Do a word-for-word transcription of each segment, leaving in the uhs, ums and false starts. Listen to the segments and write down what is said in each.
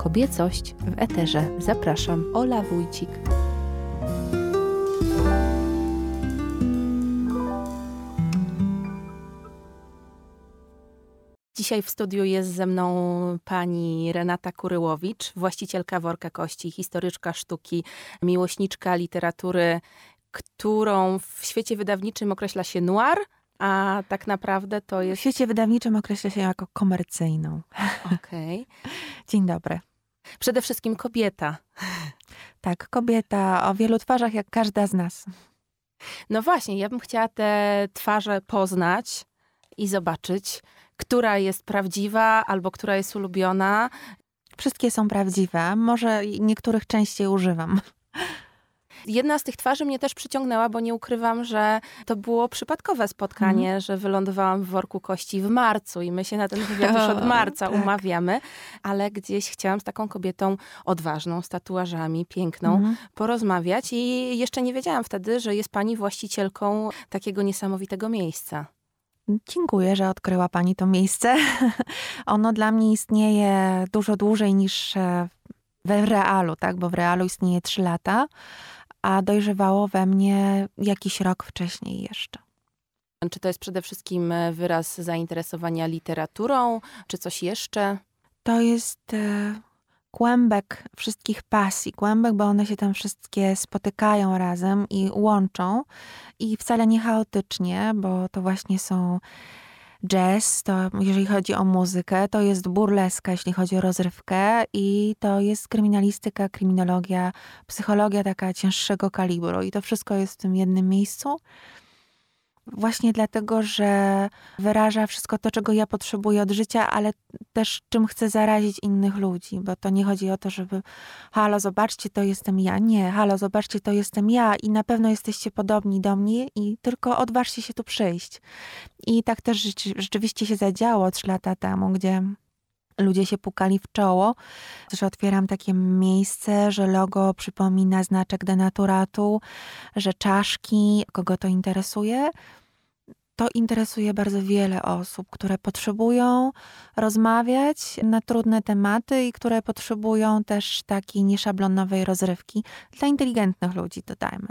Kobiecość w eterze. Zapraszam, Ola Wójcik. Dzisiaj w studiu jest ze mną pani Renata Kuryłowicz, właścicielka Worka Kości, historyczka sztuki, miłośniczka literatury, którą w świecie wydawniczym określa się noir, a tak naprawdę to jest... W świecie wydawniczym określa się jako komercyjną. Okej. Okay. Dzień dobry. Przede wszystkim kobieta. Tak, kobieta o wielu twarzach, jak każda z nas. No właśnie, ja bym chciała te twarze poznać i zobaczyć, która jest prawdziwa albo która jest ulubiona. Wszystkie są prawdziwe, może niektórych częściej używam. Jedna z tych twarzy mnie też przyciągnęła, bo nie ukrywam, że to było przypadkowe spotkanie, mm. że wylądowałam w Worku Kości w marcu i my się na ten wywiad już od marca tak. umawiamy, ale gdzieś chciałam z taką kobietą odważną, z tatuażami, piękną, mm. porozmawiać i jeszcze nie wiedziałam wtedy, że jest pani właścicielką takiego niesamowitego miejsca. Dziękuję, że odkryła pani to miejsce. Ono dla mnie istnieje dużo dłużej niż w realu, tak? Bo w realu istnieje trzy lata, a dojrzewało we mnie jakiś rok wcześniej jeszcze. Czy to jest przede wszystkim wyraz zainteresowania literaturą, czy coś jeszcze? To jest e, kłębek wszystkich pasji. Kłębek, bo one się tam wszystkie spotykają razem i łączą. I wcale nie chaotycznie, bo to właśnie są jazz, to jeżeli chodzi o muzykę, to jest burleska, jeśli chodzi o rozrywkę i to jest kryminalistyka, kryminologia, psychologia taka cięższego kalibru i to wszystko jest w tym jednym miejscu. Właśnie dlatego, że wyraża wszystko to, czego ja potrzebuję od życia, ale też czym chcę zarazić innych ludzi, bo to nie chodzi o to, żeby halo, zobaczcie, to jestem ja. Nie, halo, zobaczcie, to jestem ja i na pewno jesteście podobni do mnie i tylko odważcie się tu przyjść. I tak też rzeczy, rzeczywiście się zadziało trzy lata temu, gdzie ludzie się pukali w czoło, że otwieram takie miejsce, że logo przypomina znaczek denaturatu, że czaszki, kogo to interesuje. To interesuje bardzo wiele osób, które potrzebują rozmawiać na trudne tematy i które potrzebują też takiej nieszablonowej rozrywki. Dla inteligentnych ludzi, dodajmy.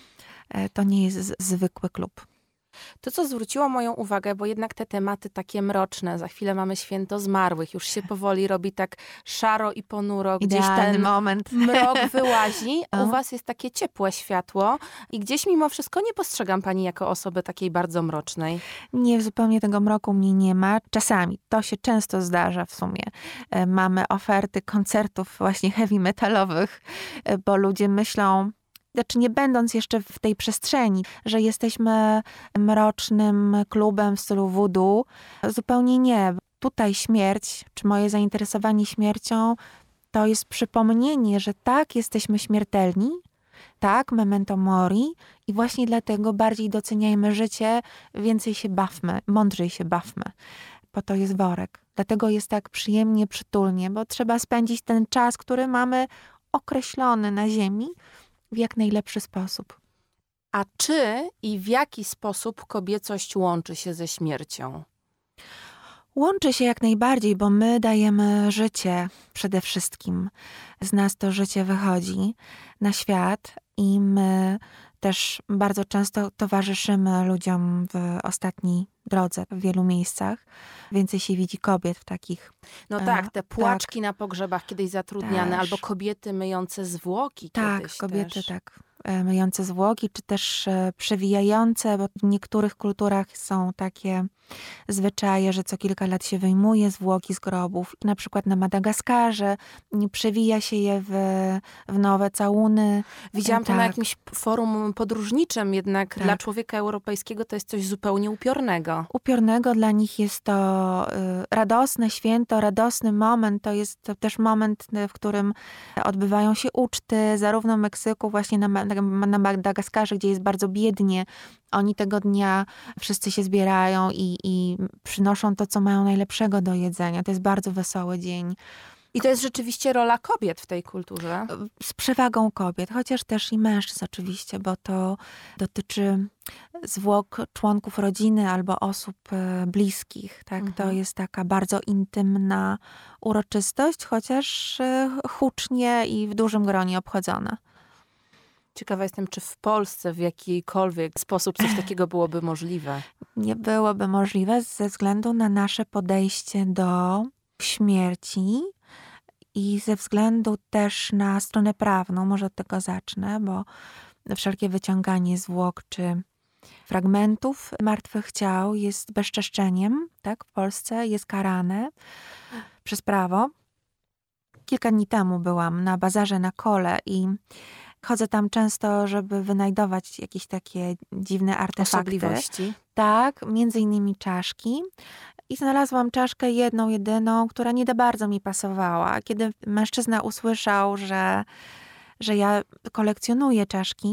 To nie jest z- zwykły klub. To, co zwróciło moją uwagę, bo jednak te tematy takie mroczne, za chwilę mamy święto zmarłych, już się powoli robi tak szaro i ponuro, gdzieś Idealny ten moment. mrok wyłazi, u was jest takie ciepłe światło i gdzieś mimo wszystko nie postrzegam pani jako osoby takiej bardzo mrocznej. Nie, zupełnie tego mroku mnie nie ma. Czasami, to się często zdarza w sumie. Mamy oferty koncertów właśnie heavy metalowych, bo ludzie myślą, znaczy nie będąc jeszcze w tej przestrzeni, że jesteśmy mrocznym klubem w stylu voodoo. Zupełnie nie. Tutaj śmierć, czy moje zainteresowanie śmiercią, to jest przypomnienie, że tak, jesteśmy śmiertelni, tak, memento mori i właśnie dlatego bardziej doceniajmy życie, więcej się bawmy, mądrzej się bawmy. Po to jest worek. Dlatego jest tak przyjemnie, przytulnie, bo trzeba spędzić ten czas, który mamy określony na ziemi, w jak najlepszy sposób. A czy i w jaki sposób kobiecość łączy się ze śmiercią? Łączy się jak najbardziej, bo my dajemy życie przede wszystkim. Z nas to życie wychodzi na świat i my też bardzo często towarzyszymy ludziom w ostatniej drodze w wielu miejscach. Więcej się widzi kobiet w takich... No tak, te płaczki tak. na pogrzebach kiedyś zatrudniane, też. Albo kobiety myjące zwłoki tak, kiedyś kobiety też. tak. Myjące zwłoki, czy też przewijające, bo w niektórych kulturach są takie zwyczaje, że co kilka lat się wyjmuje zwłoki z grobów. Na przykład na Madagaskarze przewija się je w, w nowe całuny. Widziałam tak. to na jakimś forum podróżniczym, jednak tak. dla człowieka europejskiego to jest coś zupełnie upiornego. Upiornego, dla nich jest to y, radosne święto, radosny moment. To jest to też moment, w którym odbywają się uczty, zarówno w Meksyku, właśnie na, na, na Madagaskarze, gdzie jest bardzo biednie. Oni tego dnia wszyscy się zbierają i, i przynoszą to, co mają najlepszego do jedzenia. To jest bardzo wesoły dzień. I to jest rzeczywiście rola kobiet w tej kulturze? Z przewagą kobiet, chociaż też i mężczyzn oczywiście, bo to dotyczy zwłok członków rodziny albo osób bliskich. Tak? Mhm. To jest taka bardzo intymna uroczystość, chociaż hucznie i w dużym gronie obchodzona. Ciekawa jestem, czy w Polsce w jakikolwiek sposób coś takiego byłoby możliwe? Nie byłoby możliwe ze względu na nasze podejście do śmierci i ze względu też na stronę prawną. Może od tego zacznę, bo wszelkie wyciąganie zwłok czy fragmentów martwych ciał jest bezczeszczeniem, tak? W Polsce jest karane przez prawo. Kilka dni temu byłam na bazarze na Kole i chodzę tam często, żeby wynajdować jakieś takie dziwne artefakty. Osobliwości. Tak, między innymi czaszki. I znalazłam czaszkę jedną, jedyną, która nie za bardzo mi pasowała. Kiedy mężczyzna usłyszał, że, że ja kolekcjonuję czaszki,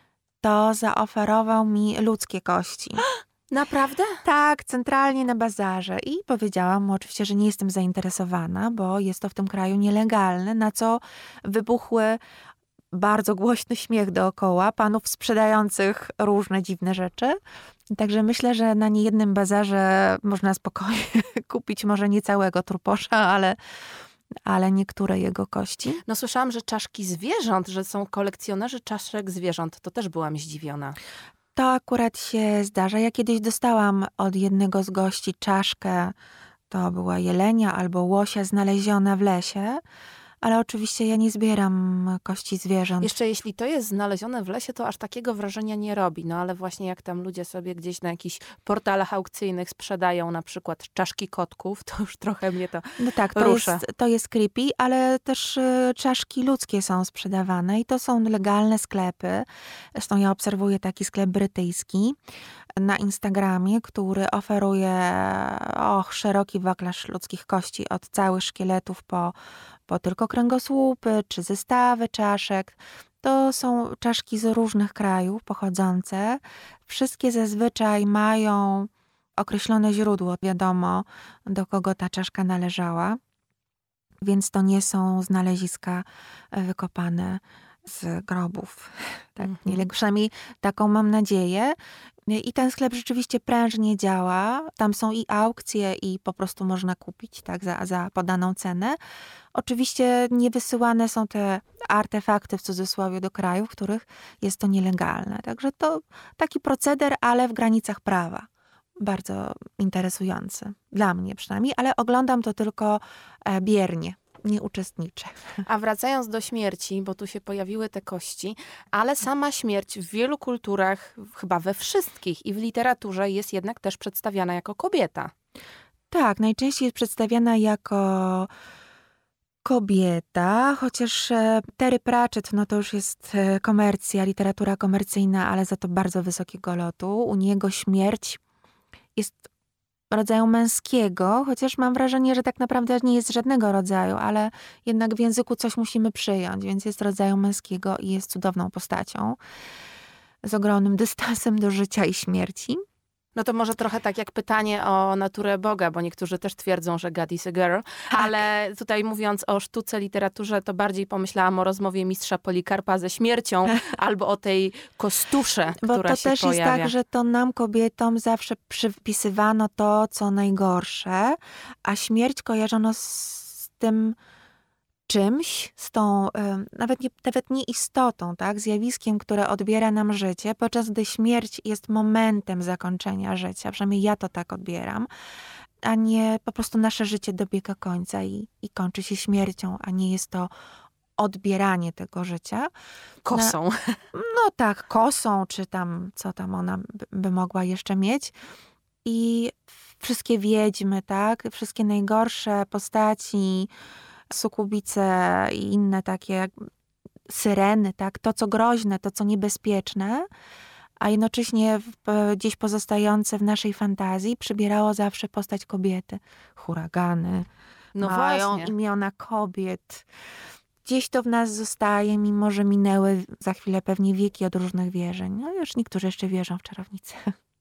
to zaoferował mi ludzkie kości. Naprawdę? Tak, centralnie na bazarze. I powiedziałam mu oczywiście, że nie jestem zainteresowana, bo jest to w tym kraju nielegalne, na co wybuchły bardzo głośny śmiech dookoła panów sprzedających różne dziwne rzeczy. Także myślę, że na niejednym bazarze można spokojnie kupić może nie całego truposza, ale, ale niektóre jego kości. No słyszałam, że czaszki zwierząt, że są kolekcjonerzy czaszek zwierząt. To też byłam zdziwiona. To akurat się zdarza. Ja kiedyś dostałam od jednego z gości czaszkę, to była jelenia albo łosia znaleziona w lesie. Ale oczywiście ja nie zbieram kości zwierząt. Jeszcze jeśli to jest znalezione w lesie, to aż takiego wrażenia nie robi. No ale właśnie jak tam ludzie sobie gdzieś na jakichś portalach aukcyjnych sprzedają na przykład czaszki kotków, to już trochę mnie to No tak, to rusza. jest, to jest creepy, ale też y, czaszki ludzkie są sprzedawane i to są legalne sklepy. Zresztą ja obserwuję taki sklep brytyjski na Instagramie, który oferuje och, szeroki wachlarz ludzkich kości, od całych szkieletów po po tylko kręgosłupy, czy zestawy czaszek. To są czaszki z różnych krajów pochodzące. Wszystkie zazwyczaj mają określone źródło, wiadomo, do kogo ta czaszka należała. Więc to nie są znaleziska wykopane z grobów. Tak, mm-hmm. Przynajmniej taką mam nadzieję. I ten sklep rzeczywiście prężnie działa. Tam są i aukcje, i po prostu można kupić tak za, za podaną cenę. Oczywiście nie wysyłane są te artefakty w cudzysłowie do krajów, w których jest to nielegalne. Także to taki proceder, ale w granicach prawa. Bardzo interesujący. Dla mnie przynajmniej, ale oglądam to tylko biernie. Nie uczestniczę. A wracając do śmierci, bo tu się pojawiły te kości, ale sama śmierć w wielu kulturach, chyba we wszystkich i w literaturze jest jednak też przedstawiana jako kobieta. Tak, najczęściej jest przedstawiana jako kobieta, chociaż Terry Pratchett, no to już jest komercja, literatura komercyjna, ale za to bardzo wysokiego lotu. U niego śmierć jest rodzaju męskiego, chociaż mam wrażenie, że tak naprawdę nie jest żadnego rodzaju, ale jednak w języku coś musimy przyjąć, więc jest rodzaju męskiego i jest cudowną postacią z ogromnym dystansem do życia i śmierci. No to może trochę tak jak pytanie o naturę Boga, bo niektórzy też twierdzą, że God is a girl, tak. Ale tutaj mówiąc o sztuce, literaturze, to bardziej pomyślałam o rozmowie mistrza Polikarpa ze śmiercią albo o tej kostusze, bo która się pojawia. Bo to też jest tak, że to nam kobietom zawsze przypisywano to, co najgorsze, a śmierć kojarzono z tym czymś, z tą nawet nie, nawet nie istotą, tak, zjawiskiem, które odbiera nam życie, podczas gdy śmierć jest momentem zakończenia życia. Przynajmniej ja to tak odbieram, a nie po prostu nasze życie dobiega końca i, i kończy się śmiercią, a nie jest to odbieranie tego życia. Kosą. Na, no tak, kosą, czy tam, co tam ona by, by mogła jeszcze mieć. I wszystkie wiedźmy, tak, wszystkie najgorsze postaci, sukubice i inne takie syreny, tak? To, co groźne, to, co niebezpieczne, a jednocześnie w, gdzieś pozostające w naszej fantazji przybierało zawsze postać kobiety. Huragany no mają właśnie. imiona kobiet. Gdzieś to w nas zostaje, mimo że minęły za chwilę pewnie wieki od różnych wierzeń. No już niektórzy jeszcze wierzą w czarownicę.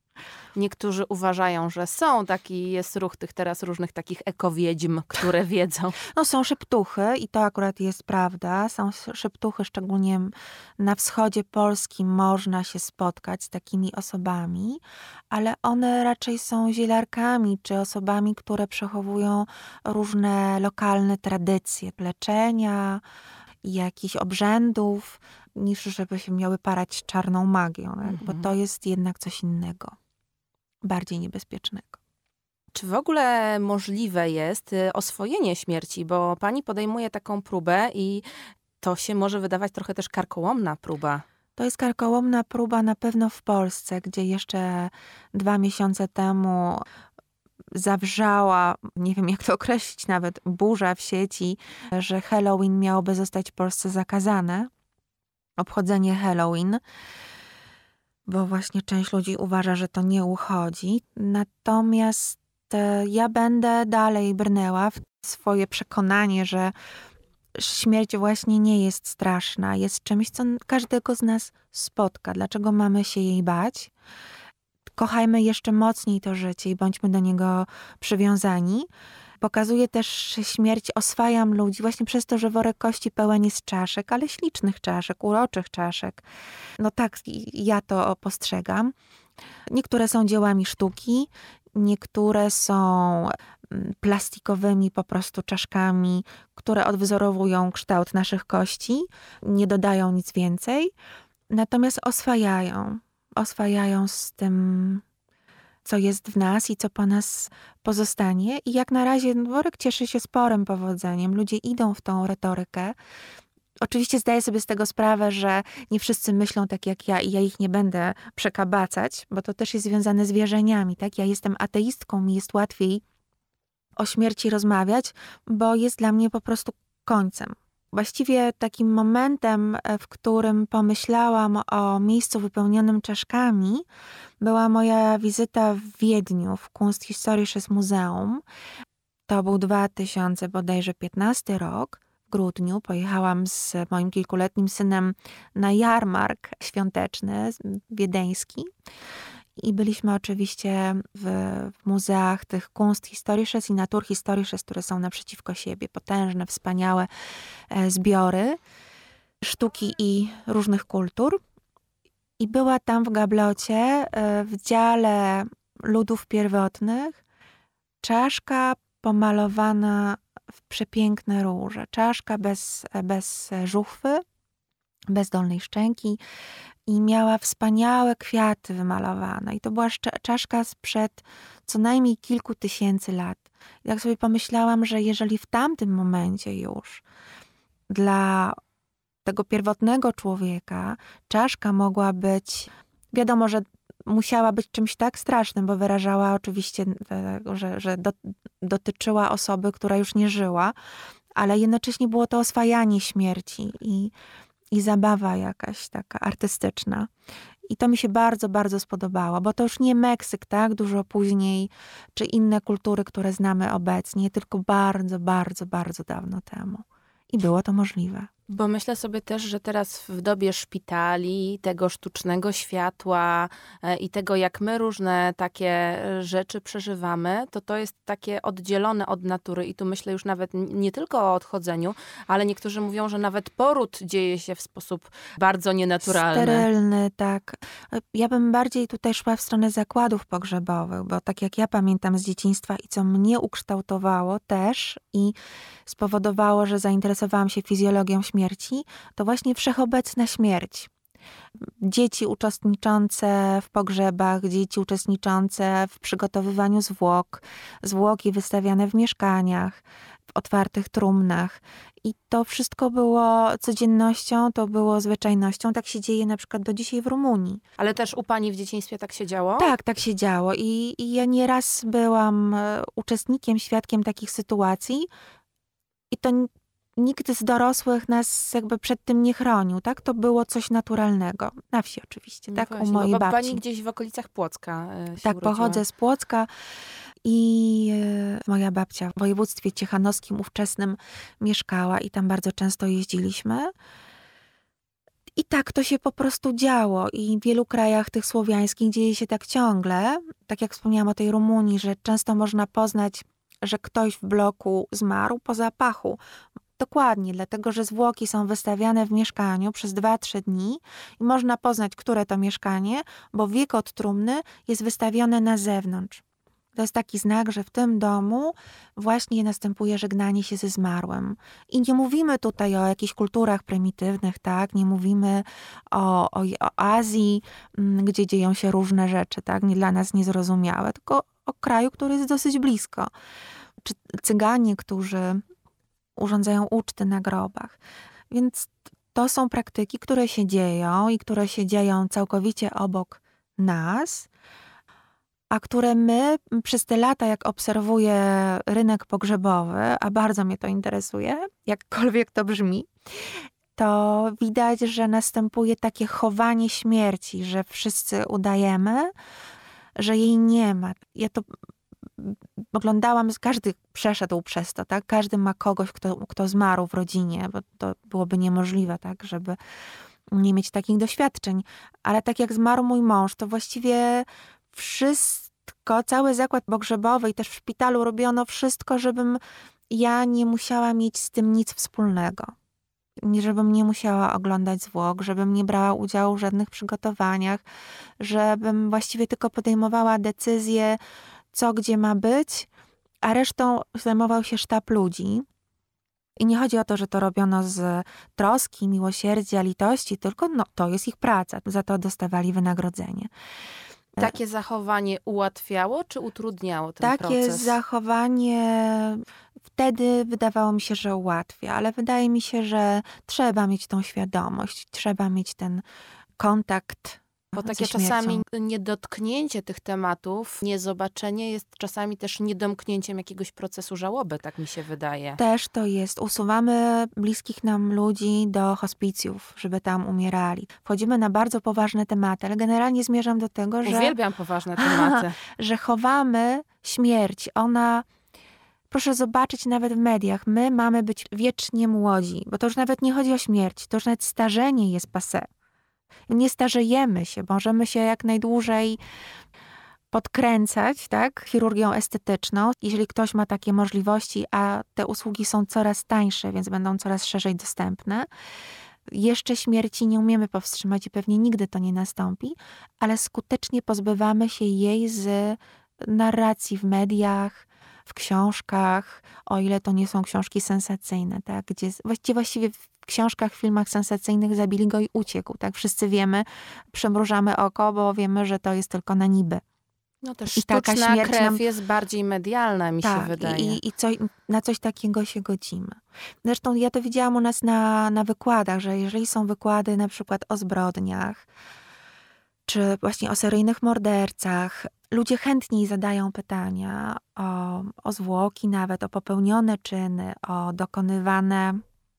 Niektórzy uważają, że są, taki jest ruch tych teraz różnych takich ekowiedźm, które wiedzą. No są szeptuchy i to akurat jest prawda. Są szeptuchy, szczególnie na wschodzie Polski można się spotkać z takimi osobami, ale one raczej są zielarkami czy osobami, które przechowują różne lokalne tradycje leczenia, jakichś obrzędów, niż żeby się miały parać czarną magią, tak? Mhm. Bo to jest jednak coś innego, bardziej niebezpiecznego. Czy w ogóle możliwe jest oswojenie śmierci? Bo pani podejmuje taką próbę i to się może wydawać trochę też karkołomna próba. To jest karkołomna próba na pewno w Polsce, gdzie jeszcze dwa miesiące temu zawrzała, nie wiem jak to określić nawet, burza w sieci, że Halloween miałoby zostać w Polsce zakazane. Obchodzenie Halloween, bo właśnie część ludzi uważa, że to nie uchodzi. Natomiast ja będę dalej brnęła w swoje przekonanie, że śmierć właśnie nie jest straszna. Jest czymś, co każdego z nas spotka. Dlaczego mamy się jej bać? Kochajmy jeszcze mocniej to życie i bądźmy do niego przywiązani. Pokazuje też śmierć, oswajam ludzi właśnie przez to, że worek kości pełen jest czaszek, ale ślicznych czaszek, uroczych czaszek. No tak ja to postrzegam. Niektóre są dziełami sztuki, niektóre są plastikowymi po prostu czaszkami, które odwzorowują kształt naszych kości, nie dodają nic więcej, natomiast oswajają. Oswajają z tym, co jest w nas i co po nas pozostanie. I jak na razie worek cieszy się sporym powodzeniem. Ludzie idą w tą retorykę. Oczywiście zdaję sobie z tego sprawę, że nie wszyscy myślą tak jak ja i ja ich nie będę przekabacać, bo to też jest związane z wierzeniami. Tak? Ja jestem ateistką, mi jest łatwiej o śmierci rozmawiać, bo jest dla mnie po prostu końcem. Właściwie takim momentem, w którym pomyślałam o miejscu wypełnionym czaszkami, była moja wizyta w Wiedniu, w Kunsthistorisches Muzeum. To był dwa tysiące bodajże piętnasty rok. W grudniu pojechałam z moim kilkuletnim synem na jarmark świąteczny wiedeński. I byliśmy oczywiście w, w muzeach tych Kunsthistorisches i Naturhistorisches, które są naprzeciwko siebie. Potężne, wspaniałe e, zbiory sztuki i różnych kultur. I była tam w gablocie, e, w dziale ludów pierwotnych, czaszka pomalowana w przepiękne róże. Czaszka bez, bez żuchwy, bez dolnej szczęki. I miała wspaniałe kwiaty wymalowane. I to była czaszka sprzed co najmniej kilku tysięcy lat. I tak sobie pomyślałam, że jeżeli w tamtym momencie już dla tego pierwotnego człowieka czaszka mogła być, wiadomo, że musiała być czymś tak strasznym, bo wyrażała oczywiście, że, że do, dotyczyła osoby, która już nie żyła, ale jednocześnie było to oswajanie śmierci i I zabawa jakaś taka artystyczna. I to mi się bardzo, bardzo spodobało, bo to już nie Meksyk, tak, dużo później, czy inne kultury, które znamy obecnie, tylko bardzo, bardzo, bardzo dawno temu. I było to możliwe. Bo myślę sobie też, że teraz w dobie szpitali, tego sztucznego światła i tego, jak my różne takie rzeczy przeżywamy, to to jest takie oddzielone od natury. I tu myślę już nawet nie tylko o odchodzeniu, ale niektórzy mówią, że nawet poród dzieje się w sposób bardzo nienaturalny. Sterylny, tak. Ja bym bardziej tutaj szła w stronę zakładów pogrzebowych, bo tak jak ja pamiętam z dzieciństwa i co mnie ukształtowało też i spowodowało, że zainteresowałam się fizjologią śmierci, to właśnie wszechobecna śmierć. Dzieci uczestniczące w pogrzebach, dzieci uczestniczące w przygotowywaniu zwłok, zwłoki wystawiane w mieszkaniach, w otwartych trumnach. I to wszystko było codziennością, to było zwyczajnością. Tak się dzieje na przykład do dzisiaj w Rumunii. Ale też u pani w dzieciństwie tak się działo? Tak, tak się działo. I, i ja nieraz byłam uczestnikiem, świadkiem takich sytuacji. I to nikt z dorosłych nas jakby przed tym nie chronił, tak? To było coś naturalnego. Na wsi oczywiście, no tak? Właśnie, u mojej bo babci. Pani gdzieś w okolicach Płocka się Tak, urodziła. Pochodzę z Płocka i moja babcia w województwie ciechanowskim ówczesnym mieszkała i tam bardzo często jeździliśmy. I tak to się po prostu działo i w wielu krajach tych słowiańskich dzieje się tak ciągle. Tak jak wspomniałam o tej Rumunii, że często można poznać, że ktoś w bloku zmarł po zapachu. Dokładnie, dlatego że zwłoki są wystawiane w mieszkaniu przez dwa trzy dni i można poznać, które to mieszkanie, bo wiek od trumny jest wystawiony na zewnątrz. To jest taki znak, że w tym domu właśnie następuje żegnanie się ze zmarłym. I nie mówimy tutaj o jakichś kulturach prymitywnych, tak? Nie mówimy o, o, o Azji, gdzie dzieją się różne rzeczy, tak? Nie dla nas niezrozumiałe, tylko o kraju, który jest dosyć blisko. Czy Cyganie, którzy urządzają uczty na grobach. Więc to są praktyki, które się dzieją i które się dzieją całkowicie obok nas, a które my przez te lata, jak obserwuję rynek pogrzebowy, a bardzo mnie to interesuje, jakkolwiek to brzmi, to widać, że następuje takie chowanie śmierci, że wszyscy udajemy, że jej nie ma. Ja to oglądałam, każdy przeszedł przez to, tak? Każdy ma kogoś, kto, kto zmarł w rodzinie, bo to byłoby niemożliwe, tak? Żeby nie mieć takich doświadczeń. Ale tak jak zmarł mój mąż, to właściwie wszystko, cały zakład pogrzebowy i też w szpitalu robiono wszystko, żebym ja nie musiała mieć z tym nic wspólnego. Żebym nie musiała oglądać zwłok, żebym nie brała udziału w żadnych przygotowaniach, żebym właściwie tylko podejmowała decyzje, co gdzie ma być, a resztą zajmował się sztab ludzi. I nie chodzi o to, że to robiono z troski, miłosierdzia, litości, tylko no, to jest ich praca, za to dostawali wynagrodzenie. Takie zachowanie ułatwiało czy utrudniało ten Takie proces? Takie zachowanie wtedy wydawało mi się, że ułatwia, ale wydaje mi się, że trzeba mieć tą świadomość, trzeba mieć ten kontakt. Bo takie czasami niedotknięcie tych tematów, niezobaczenie jest czasami też niedomknięciem jakiegoś procesu żałoby, tak mi się wydaje. Też to jest. Usuwamy bliskich nam ludzi do hospicjów, żeby tam umierali. Wchodzimy na bardzo poważne tematy, ale generalnie zmierzam do tego, że... Uwielbiam poważne tematy. że chowamy śmierć. Ona... Proszę zobaczyć nawet w mediach. My mamy być wiecznie młodzi, bo to już nawet nie chodzi o śmierć. To już nawet starzenie jest passé. Nie starzejemy się, możemy się jak najdłużej podkręcać, tak, chirurgią estetyczną. Jeżeli ktoś ma takie możliwości, a te usługi są coraz tańsze, więc będą coraz szerzej dostępne. Jeszcze śmierci nie umiemy powstrzymać i pewnie nigdy to nie nastąpi, ale skutecznie pozbywamy się jej z narracji w mediach, w książkach, o ile to nie są książki sensacyjne, tak, gdzie właściwie, właściwie w książkach, filmach sensacyjnych zabili go i uciekł, tak, wszyscy wiemy, przymrużamy oko, bo wiemy, że to jest tylko na niby. No też I sztuczna taka śmierć krew nam... jest bardziej medialna, mi tak, się wydaje. I, i co, na coś takiego się godzimy. Zresztą ja to widziałam u nas na, na wykładach, że jeżeli są wykłady na przykład o zbrodniach, czy właśnie o seryjnych mordercach, ludzie chętniej zadają pytania o, o zwłoki nawet, o popełnione czyny, o dokonywane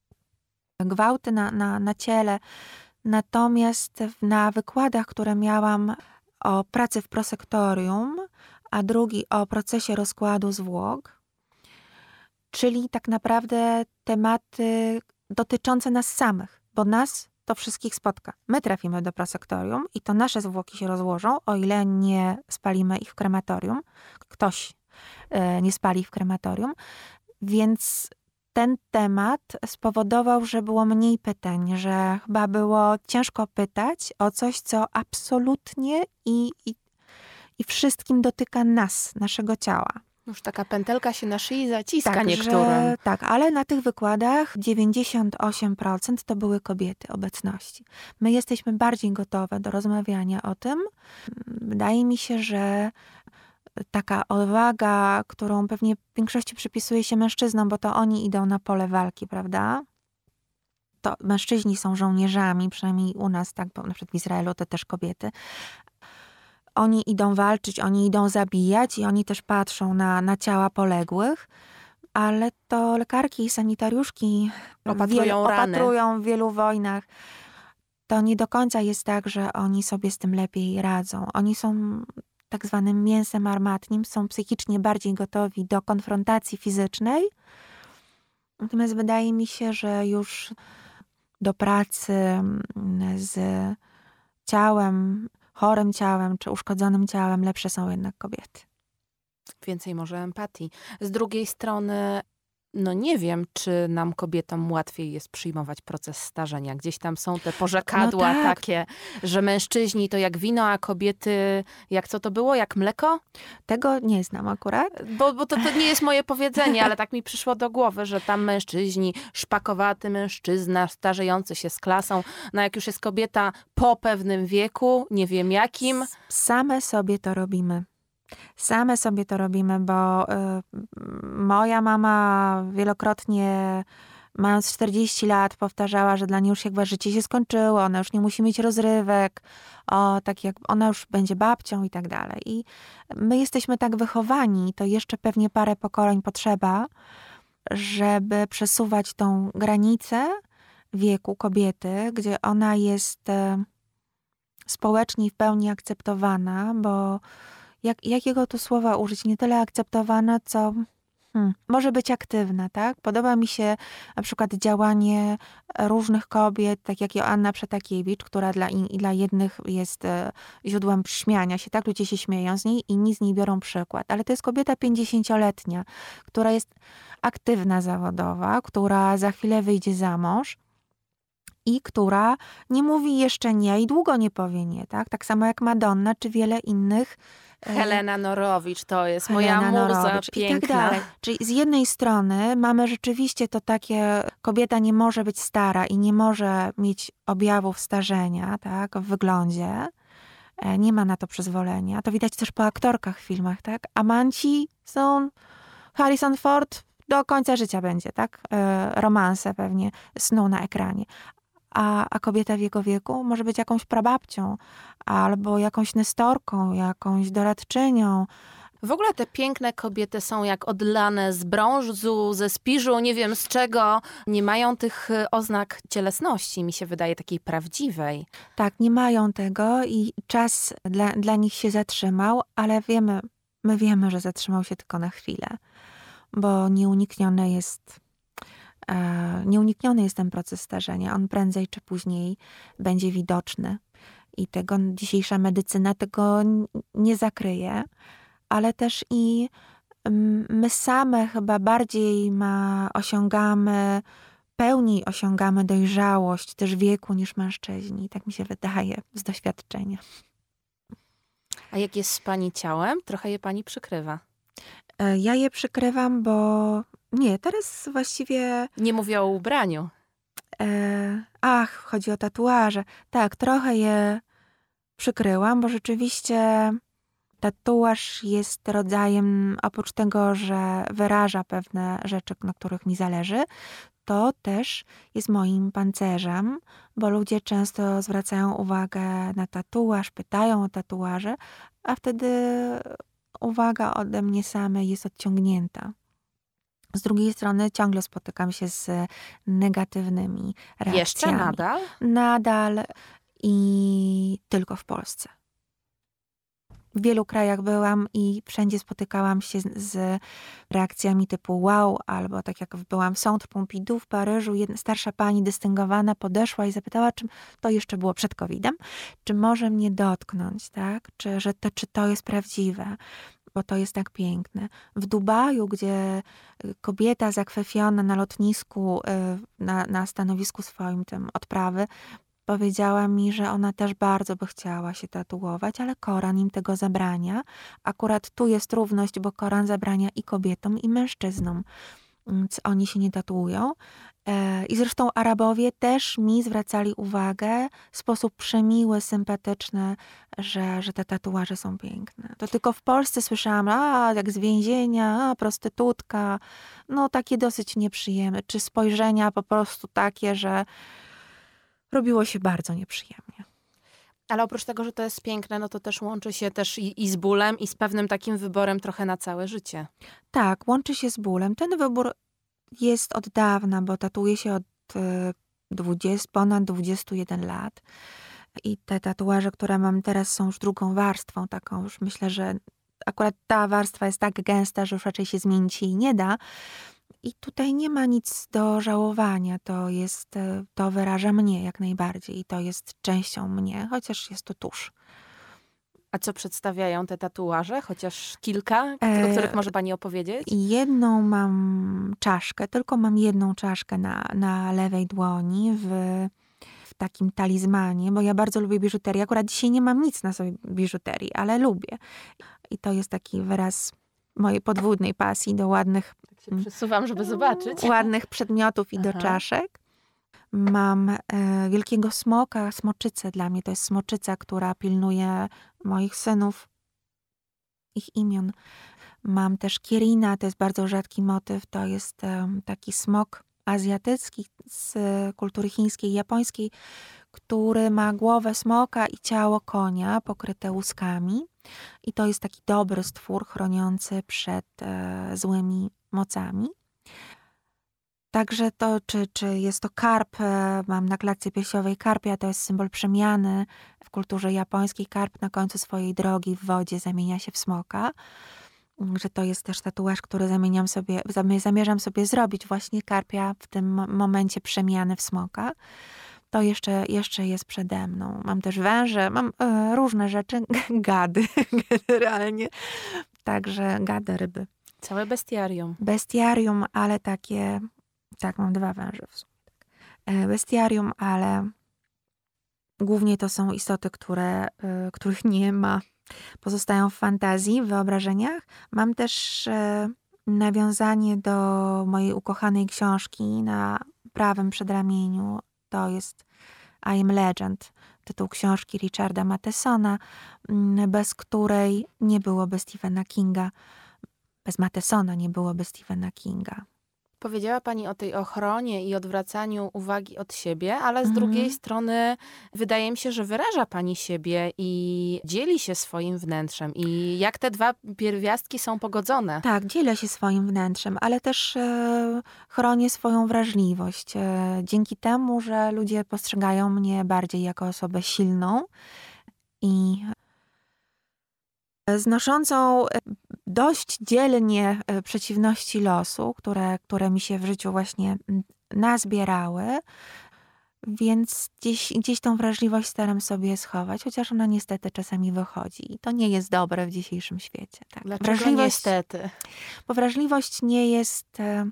gwałty na, na, na ciele. Natomiast na wykładach, które miałam o pracy w prosektorium, a drugi o procesie rozkładu zwłok, czyli tak naprawdę tematy dotyczące nas samych, bo nas to wszystkich spotka. My trafimy do prosektorium i to nasze zwłoki się rozłożą, o ile nie spalimy ich w krematorium. Ktoś y, nie spali w krematorium, więc ten temat spowodował, że było mniej pytań, że chyba było ciężko pytać o coś, co absolutnie i, i, i wszystkim dotyka nas, naszego ciała. Już taka pętelka się na szyi zaciska tak, niektórym. Że, tak, ale na tych wykładach dziewięćdziesiąt osiem procent to były kobiety obecności. My jesteśmy bardziej gotowe do rozmawiania o tym. Wydaje mi się, że taka odwaga, którą pewnie w większości przypisuje się mężczyznom, bo to oni idą na pole walki, prawda? To mężczyźni są żołnierzami, przynajmniej u nas, tak, bo na przykład w Izraelu to też kobiety. Oni idą walczyć, oni idą zabijać i oni też patrzą na, na ciała poległych, ale to lekarki i sanitariuszki opatrują, wielu, rany. opatrują w wielu wojnach. To nie do końca jest tak, że oni sobie z tym lepiej radzą. Oni są tak zwanym mięsem armatnim, są psychicznie bardziej gotowi do konfrontacji fizycznej. Natomiast wydaje mi się, że już do pracy z ciałem, chorym ciałem czy uszkodzonym ciałem, lepsze są jednak kobiety. Więcej może empatii. Z drugiej strony, no nie wiem, czy nam kobietom łatwiej jest przyjmować proces starzenia. Gdzieś tam są te porzekadła no tak. takie, że mężczyźni to jak wino, a kobiety, jak co to było, jak mleko? Tego nie znam akurat. Bo, bo to, to nie jest moje powiedzenie, ale tak mi przyszło do głowy, że tam mężczyźni, szpakowaty mężczyzna, starzejący się z klasą, no jak już jest kobieta po pewnym wieku, nie wiem jakim. Same sobie to robimy. Same sobie to robimy, bo y, moja mama wielokrotnie, mając czterdzieści lat, powtarzała, że dla niej już jakby życie się skończyło, ona już nie musi mieć rozrywek, o, tak jak ona już będzie babcią i tak dalej. I my jesteśmy tak wychowani, to jeszcze pewnie parę pokoleń potrzeba, żeby przesuwać tą granicę wieku kobiety, gdzie ona jest y, społecznie w pełni akceptowana, bo Jak, jakiego tu słowa użyć? Nie tyle akceptowana, co hmm, może być aktywna, tak? Podoba mi się na przykład działanie różnych kobiet, tak jak Joanna Przetakiewicz, która dla, in, dla jednych jest e, źródłem śmiania się, tak? Ludzie się śmieją z niej, inni z niej biorą przykład. Ale to jest kobieta pięćdziesięcioletnia, która jest aktywna zawodowa, która za chwilę wyjdzie za mąż i która nie mówi jeszcze nie i długo nie powie nie, tak? Tak samo jak Madonna, czy wiele innych. Helena Norowicz to jest Helena moja muza Norowicz piękna. I tak dalej. Czyli z jednej strony mamy rzeczywiście to takie, kobieta nie może być stara i nie może mieć objawów starzenia, tak, w wyglądzie. Nie ma na to przyzwolenia. To widać też po aktorkach w filmach, tak? Amanci są Harrison Ford do końca życia będzie, tak? Romanse pewnie snu na ekranie. A, a kobieta w jego wieku może być jakąś prababcią, albo jakąś nestorką, jakąś doradczynią. W ogóle te piękne kobiety są jak odlane z brązu, ze spiżu, nie wiem z czego. Nie mają tych oznak cielesności, mi się wydaje, takiej prawdziwej. Tak, nie mają tego i czas dla, dla nich się zatrzymał, ale wiemy, my wiemy, że zatrzymał się tylko na chwilę, bo nieuniknione jest... Nieunikniony jest ten proces starzenia. On prędzej czy później będzie widoczny. I tego dzisiejsza medycyna tego nie zakryje. Ale też i my same chyba bardziej ma, osiągamy, pełniej osiągamy dojrzałość też wieku niż mężczyźni. Tak mi się wydaje z doświadczenia. A jak jest z pani ciałem? Trochę je pani przykrywa. Ja je przykrywam, bo nie, teraz właściwie... Nie mówię o ubraniu. E, ach, chodzi o tatuaże. Tak, trochę je przykryłam, bo rzeczywiście tatuaż jest rodzajem, oprócz tego, że wyraża pewne rzeczy, na których mi zależy, to też jest moim pancerzem, bo ludzie często zwracają uwagę na tatuaż, pytają o tatuaże, a wtedy uwaga ode mnie samej jest odciągnięta. Z drugiej strony ciągle spotykam się z negatywnymi reakcjami. Jeszcze nadal? Nadal i tylko w Polsce. W wielu krajach byłam i wszędzie spotykałam się z, z reakcjami typu wow, albo tak jak byłam w Centre Pompidou w Paryżu, jedna starsza pani dystyngowana podeszła i zapytała, czy to jeszcze było przed kowidem, czy może mnie dotknąć, tak? Czy, że to, czy to jest prawdziwe, bo to jest tak piękne. W Dubaju, gdzie kobieta zakwefiona na lotnisku, na, na stanowisku swoim tym odprawy, powiedziała mi, że ona też bardzo by chciała się tatuować, ale Koran im tego zabrania. Akurat tu jest równość, bo Koran zabrania i kobietom, i mężczyznom. Więc oni się nie tatuują. I zresztą Arabowie też mi zwracali uwagę w sposób przemiły, sympatyczny, że, że te tatuaże są piękne. To tylko w Polsce słyszałam, a jak z więzienia, a prostytutka, no takie dosyć nieprzyjemne. Czy spojrzenia po prostu takie, że robiło się bardzo nieprzyjemnie. Ale oprócz tego, że to jest piękne, no to też łączy się też i, i z bólem, i z pewnym takim wyborem trochę na całe życie. Tak, łączy się z bólem. Ten wybór jest od dawna, bo tatuję się od dwudziestu, ponad dwudziestu jeden lat. I te tatuaże, które mam teraz, są już drugą warstwą taką. Już myślę, że akurat ta warstwa jest tak gęsta, że już raczej się zmienić jej nie da. I tutaj nie ma nic do żałowania. To jest, to wyraża mnie jak najbardziej. I to jest częścią mnie, chociaż jest to tusz. A co przedstawiają te tatuaże? Chociaż kilka, E, o których może pani opowiedzieć? Jedną mam czaszkę, tylko mam jedną czaszkę na, na lewej dłoni w, w takim talizmanie, bo ja bardzo lubię biżuterię. Akurat dzisiaj nie mam nic na sobie biżuterii, ale lubię. I to jest taki wyraz mojej podwójnej pasji do ładnych, Tak się przesuwam, żeby zobaczyć. ładnych przedmiotów i do Aha. czaszek. Mam e, wielkiego smoka, smoczycę. Dla mnie to jest smoczyca, która pilnuje moich synów, ich imion. Mam też Kirina, to jest bardzo rzadki motyw. To jest e, taki smok azjatycki z kultury chińskiej i japońskiej, który ma głowę smoka i ciało konia pokryte łuskami. I to jest taki dobry stwór chroniący przed e, złymi mocami. Także to, czy, czy jest to karp, mam na klatce piersiowej karpia, to jest symbol przemiany. W kulturze japońskiej karp na końcu swojej drogi w wodzie zamienia się w smoka. Że to jest też tatuaż, który zamieniam sobie, zamierzam sobie zrobić właśnie karpia w tym momencie przemiany w smoka. To jeszcze, jeszcze jest przede mną. Mam też węże, mam e, różne rzeczy, gady generalnie. Także gady, ryby. Całe bestiarium. Bestiarium, ale takie... Tak, mam dwa węże w sumie. Bestiarium, ale głównie to są istoty, które, y, których nie ma. Pozostają w fantazji, w wyobrażeniach. Mam też y, nawiązanie do mojej ukochanej książki na prawym przedramieniu. To jest I Am Legend, tytuł książki Richarda Mathesona, y, bez której nie byłoby Stephena Kinga. Bez Mathesona nie byłoby Stephena Kinga. Powiedziała pani o tej ochronie i odwracaniu uwagi od siebie, ale z Mhm. drugiej strony wydaje mi się, że wyraża pani siebie i dzieli się swoim wnętrzem. I jak te dwa pierwiastki są pogodzone? Tak, dzielę się swoim wnętrzem, ale też e, chronię swoją wrażliwość. E, dzięki temu, że ludzie postrzegają mnie bardziej jako osobę silną i znoszącą dość dzielnie przeciwności losu, które, które mi się w życiu właśnie nazbierały. Więc gdzieś, gdzieś tą wrażliwość staram sobie schować, chociaż ona niestety czasami wychodzi. I to nie jest dobre w dzisiejszym świecie. Tak. Dlaczego Wrażliwość, niestety? Bo wrażliwość nie jest e,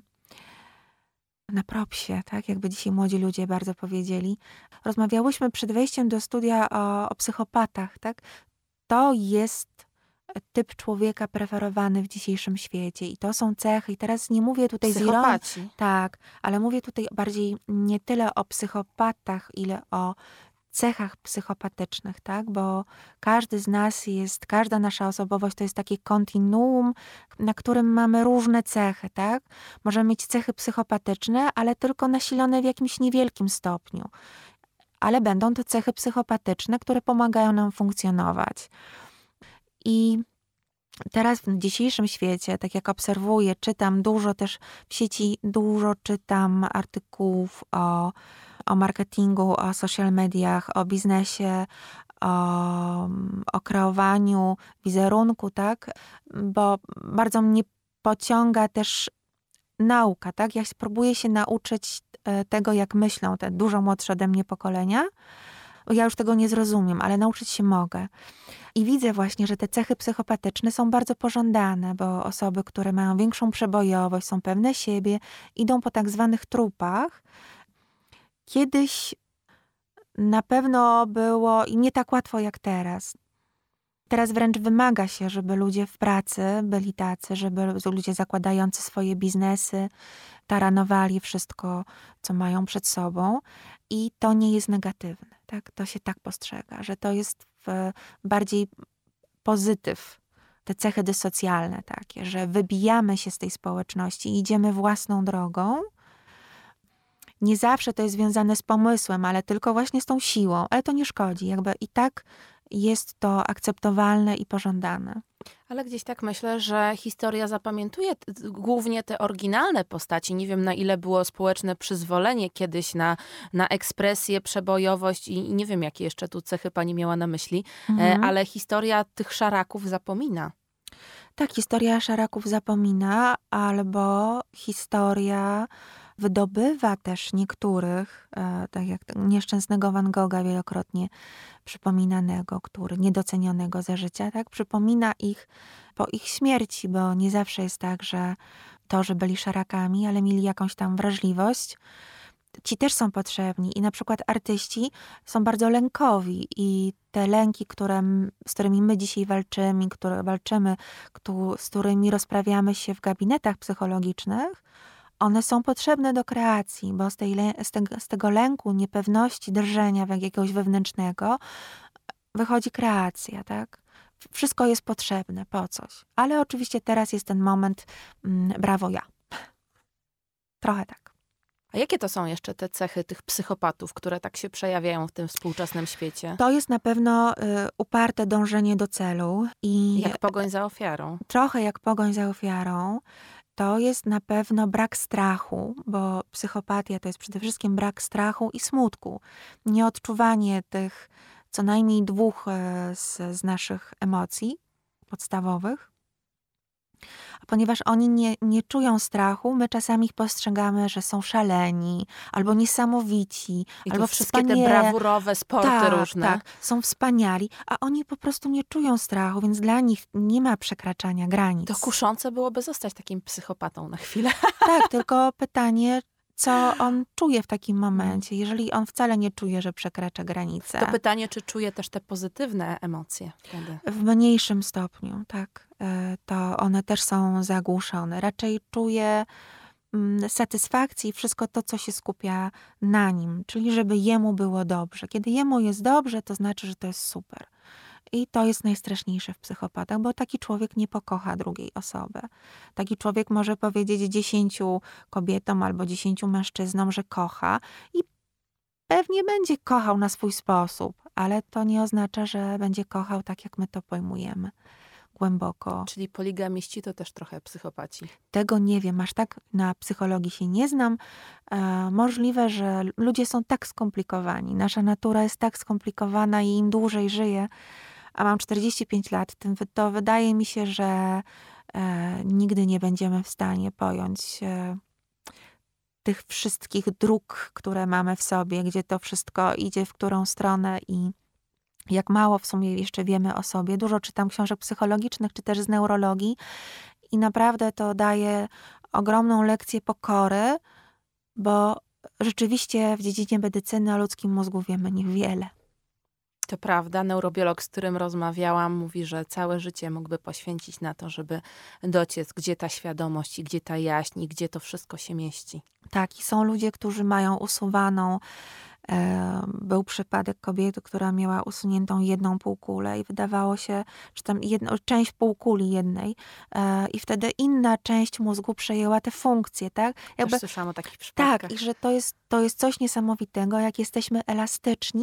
na propsie, tak? Jakby dzisiaj młodzi ludzie bardzo powiedzieli. Rozmawiałyśmy przed wejściem do studia o, o psychopatach, tak? To jest typ człowieka preferowany w dzisiejszym świecie i to są cechy. I teraz nie mówię tutaj z ironią. Psychopaci. Tak, ale mówię tutaj bardziej nie tyle o psychopatach, ile o cechach psychopatycznych, tak? Bo każdy z nas jest, każda nasza osobowość to jest takie kontinuum, na którym mamy różne cechy, tak? Możemy mieć cechy psychopatyczne, ale tylko nasilone w jakimś niewielkim stopniu. Ale będą to cechy psychopatyczne, które pomagają nam funkcjonować. I teraz w dzisiejszym świecie, tak jak obserwuję, czytam dużo też w sieci, dużo czytam artykułów o, o marketingu, o social mediach, o biznesie, o, o kreowaniu wizerunku, tak? Bo bardzo mnie pociąga też nauka, tak? Ja spróbuję się nauczyć tego, jak myślą te dużo młodsze ode mnie pokolenia. Ja już tego nie zrozumiem, ale nauczyć się mogę. I widzę właśnie, że te cechy psychopatyczne są bardzo pożądane, bo osoby, które mają większą przebojowość, są pewne siebie, idą po tak zwanych trupach. Kiedyś na pewno było i nie tak łatwo jak teraz. Teraz wręcz wymaga się, żeby ludzie w pracy byli tacy, żeby ludzie zakładający swoje biznesy taranowali wszystko, co mają przed sobą. I to nie jest negatywne. Tak? To się tak postrzega, że to jest w bardziej pozytyw. Te cechy dysocjalne takie, że wybijamy się z tej społeczności i idziemy własną drogą. Nie zawsze to jest związane z pomysłem, ale tylko właśnie z tą siłą. Ale to nie szkodzi. Jakby i tak jest to akceptowalne i pożądane. Ale gdzieś tak myślę, że historia zapamiętuje t- głównie te oryginalne postaci. Nie wiem, na ile było społeczne przyzwolenie kiedyś na, na ekspresję, przebojowość i, i nie wiem, jakie jeszcze tu cechy pani miała na myśli, Mhm. e, ale historia tych szaraków zapomina. Tak, historia szaraków zapomina, albo historia wydobywa też niektórych, e, tak jak nieszczęsnego Van Gogha wielokrotnie przypominanego, który niedocenionego za życia, tak? Przypomina ich po ich śmierci, bo nie zawsze jest tak, że to, że byli szarakami, ale mieli jakąś tam wrażliwość. Ci też są potrzebni i na przykład artyści są bardzo lękowi i te lęki, które, z którymi my dzisiaj walczymy, które walczymy, któ- z którymi rozprawiamy się w gabinetach psychologicznych, one są potrzebne do kreacji, bo z, tej, z, tego, z tego lęku, niepewności, drżenia jakiegoś wewnętrznego wychodzi kreacja, tak? Wszystko jest potrzebne po coś. Ale oczywiście teraz jest ten moment, mm, brawo ja. Trochę tak. A jakie to są jeszcze te cechy tych psychopatów, które tak się przejawiają w tym współczesnym świecie? To jest na pewno y, uparte dążenie do celu. I Jak pogoń za ofiarą. trochę jak pogoń za ofiarą. To jest na pewno brak strachu, bo psychopatia to jest przede wszystkim brak strachu i smutku. Nieodczuwanie tych co najmniej dwóch z, z naszych emocji podstawowych. A ponieważ oni nie, nie czują strachu, my czasami ich postrzegamy, że są szaleni, albo niesamowici, I albo wszystkie wspaniali. te brawurowe sporty tak, różne. Tak, są wspaniali, a oni po prostu nie czują strachu, więc dla nich nie ma przekraczania granic. To kuszące byłoby zostać takim psychopatą na chwilę. Tak, tylko pytanie, co on czuje w takim momencie, jeżeli on wcale nie czuje, że przekracza granicę. To pytanie, czy czuje też te pozytywne emocje wtedy? W mniejszym stopniu, tak. To one też są zagłuszone. Raczej czuje satysfakcję i wszystko to, co się skupia na nim, czyli żeby jemu było dobrze. Kiedy jemu jest dobrze, to znaczy, że to jest super. I to jest najstraszniejsze w psychopatach, bo taki człowiek nie pokocha drugiej osoby. Taki człowiek może powiedzieć dziesięciu kobietom albo dziesięciu mężczyznom, że kocha i pewnie będzie kochał na swój sposób, ale to nie oznacza, że będzie kochał tak, jak my to pojmujemy. Głęboko. Czyli poligamiści to też trochę psychopaci. Tego nie wiem, aż tak na psychologii się nie znam. E, możliwe, że ludzie są tak skomplikowani. Nasza natura jest tak skomplikowana i im dłużej żyję, a mam czterdzieści pięć lat, tym to wydaje mi się, że e, nigdy nie będziemy w stanie pojąć e, tych wszystkich dróg, które mamy w sobie, gdzie to wszystko idzie w którą stronę i jak mało w sumie jeszcze wiemy o sobie. Dużo czytam książek psychologicznych, czy też z neurologii i naprawdę to daje ogromną lekcję pokory, bo rzeczywiście w dziedzinie medycyny o ludzkim mózgu wiemy niewiele. To prawda. Neurobiolog, z którym rozmawiałam, mówi, że całe życie mógłby poświęcić na to, żeby dociec, gdzie ta świadomość i gdzie ta jaźń i gdzie to wszystko się mieści. Tak, i są ludzie, którzy mają usuwaną. Był przypadek kobiety, która miała usuniętą jedną półkulę i wydawało się, że tam jedno, część półkuli jednej i wtedy inna część mózgu przejęła te funkcje, tak? Jakby, też słyszałam o takich przypadkach. Tak, i że to jest, to jest coś niesamowitego, jak jesteśmy elastyczni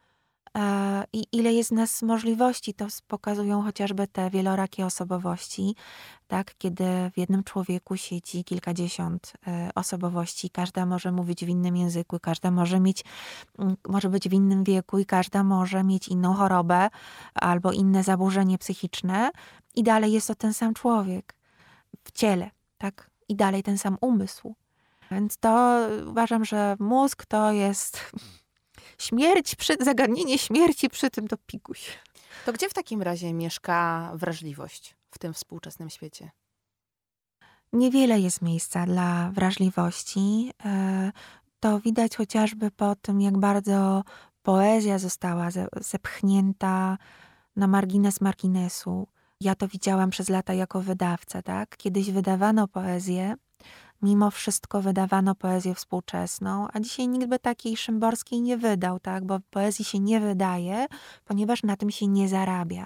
i ile jest w nas możliwości, to pokazują chociażby te wielorakie osobowości, tak? Kiedy w jednym człowieku siedzi kilkadziesiąt osobowości, każda może mówić w innym języku, każda może mieć, może być w innym wieku i każda może mieć inną chorobę albo inne zaburzenie psychiczne i dalej jest to ten sam człowiek w ciele, tak? I dalej ten sam umysł. Więc to uważam, że mózg to jest śmierć, przy, zagadnienie śmierci przy tym to pikuś. To gdzie w takim razie mieszka wrażliwość w tym współczesnym świecie? Niewiele jest miejsca dla wrażliwości. To widać chociażby po tym, jak bardzo poezja została zepchnięta na margines marginesu. Ja to widziałam przez lata jako wydawca, tak? Kiedyś wydawano poezję, mimo wszystko wydawano poezję współczesną, a dzisiaj nikt by takiej Szymborskiej nie wydał, tak? Bo poezji się nie wydaje, ponieważ na tym się nie zarabia.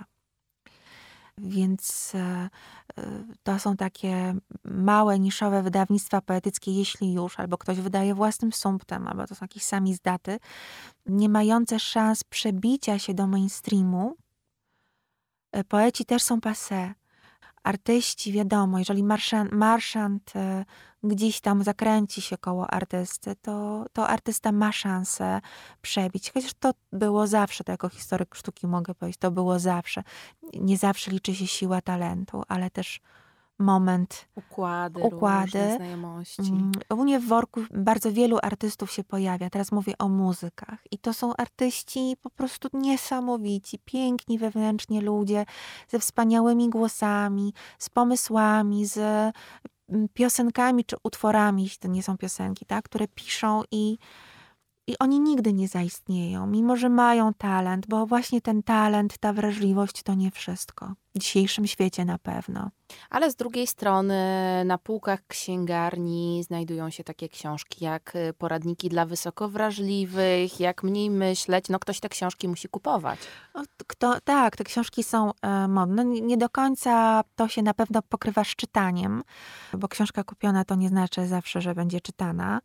Więc e, to są takie małe, niszowe wydawnictwa poetyckie, jeśli już, albo ktoś wydaje własnym sumptem, albo to są jakieś samizdaty, nie mające szans przebicia się do mainstreamu. Poeci też są passé. artyści, wiadomo, jeżeli marszant, marszant gdzieś tam zakręci się koło artysty, to, to artysta ma szansę przebić. Chociaż to było zawsze, to jako historyk sztuki mogę powiedzieć, to było zawsze. Nie zawsze liczy się siła talentu, ale też moment, układy, układy. znajomości. U mnie w worku bardzo wielu artystów się pojawia. Teraz mówię o muzykach. I to są artyści po prostu niesamowici, piękni wewnętrznie ludzie, ze wspaniałymi głosami, z pomysłami, z piosenkami czy utworami, jeśli to nie są piosenki, tak, które piszą i I oni nigdy nie zaistnieją, mimo że mają talent, bo właśnie ten talent, ta wrażliwość to nie wszystko. W dzisiejszym świecie na pewno. Ale z drugiej strony na półkach księgarni znajdują się takie książki jak poradniki dla wysoko wrażliwych, jak mniej myśleć. No ktoś te książki musi kupować. Kto, tak, te książki są e, modne. Nie do końca to się na pewno pokrywa z czytaniem, bo książka kupiona to nie znaczy zawsze, że będzie czytana.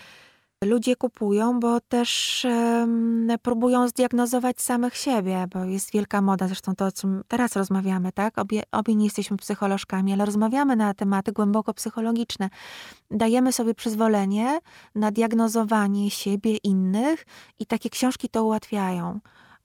Ludzie kupują, bo też um, próbują zdiagnozować samych siebie, bo jest wielka moda, zresztą to, o czym teraz rozmawiamy, tak? Obie, obie nie jesteśmy psycholożkami, ale rozmawiamy na tematy głęboko psychologiczne. Dajemy sobie przyzwolenie na diagnozowanie siebie, innych i takie książki to ułatwiają.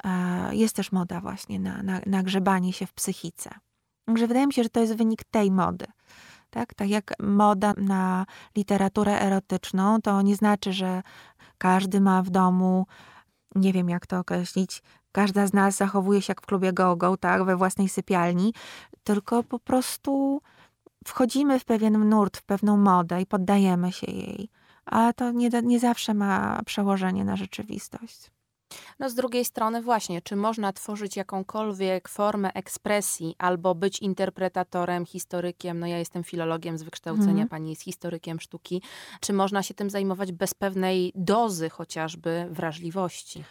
E, jest też moda właśnie na, na, na grzebanie się w psychice. Także wydaje mi się, że to jest wynik tej mody. Tak? Tak jak moda na literaturę erotyczną, to nie znaczy, że każdy ma w domu, nie wiem jak to określić, każda z nas zachowuje się jak w klubie go-go, tak? We własnej sypialni, tylko po prostu wchodzimy w pewien nurt, w pewną modę i poddajemy się jej. A to nie, nie zawsze ma przełożenie na rzeczywistość. No z drugiej strony właśnie, czy można tworzyć jakąkolwiek formę ekspresji albo być interpretatorem, historykiem, no ja jestem filologiem z wykształcenia, hmm. pani jest historykiem sztuki, czy można się tym zajmować bez pewnej dozy chociażby wrażliwości?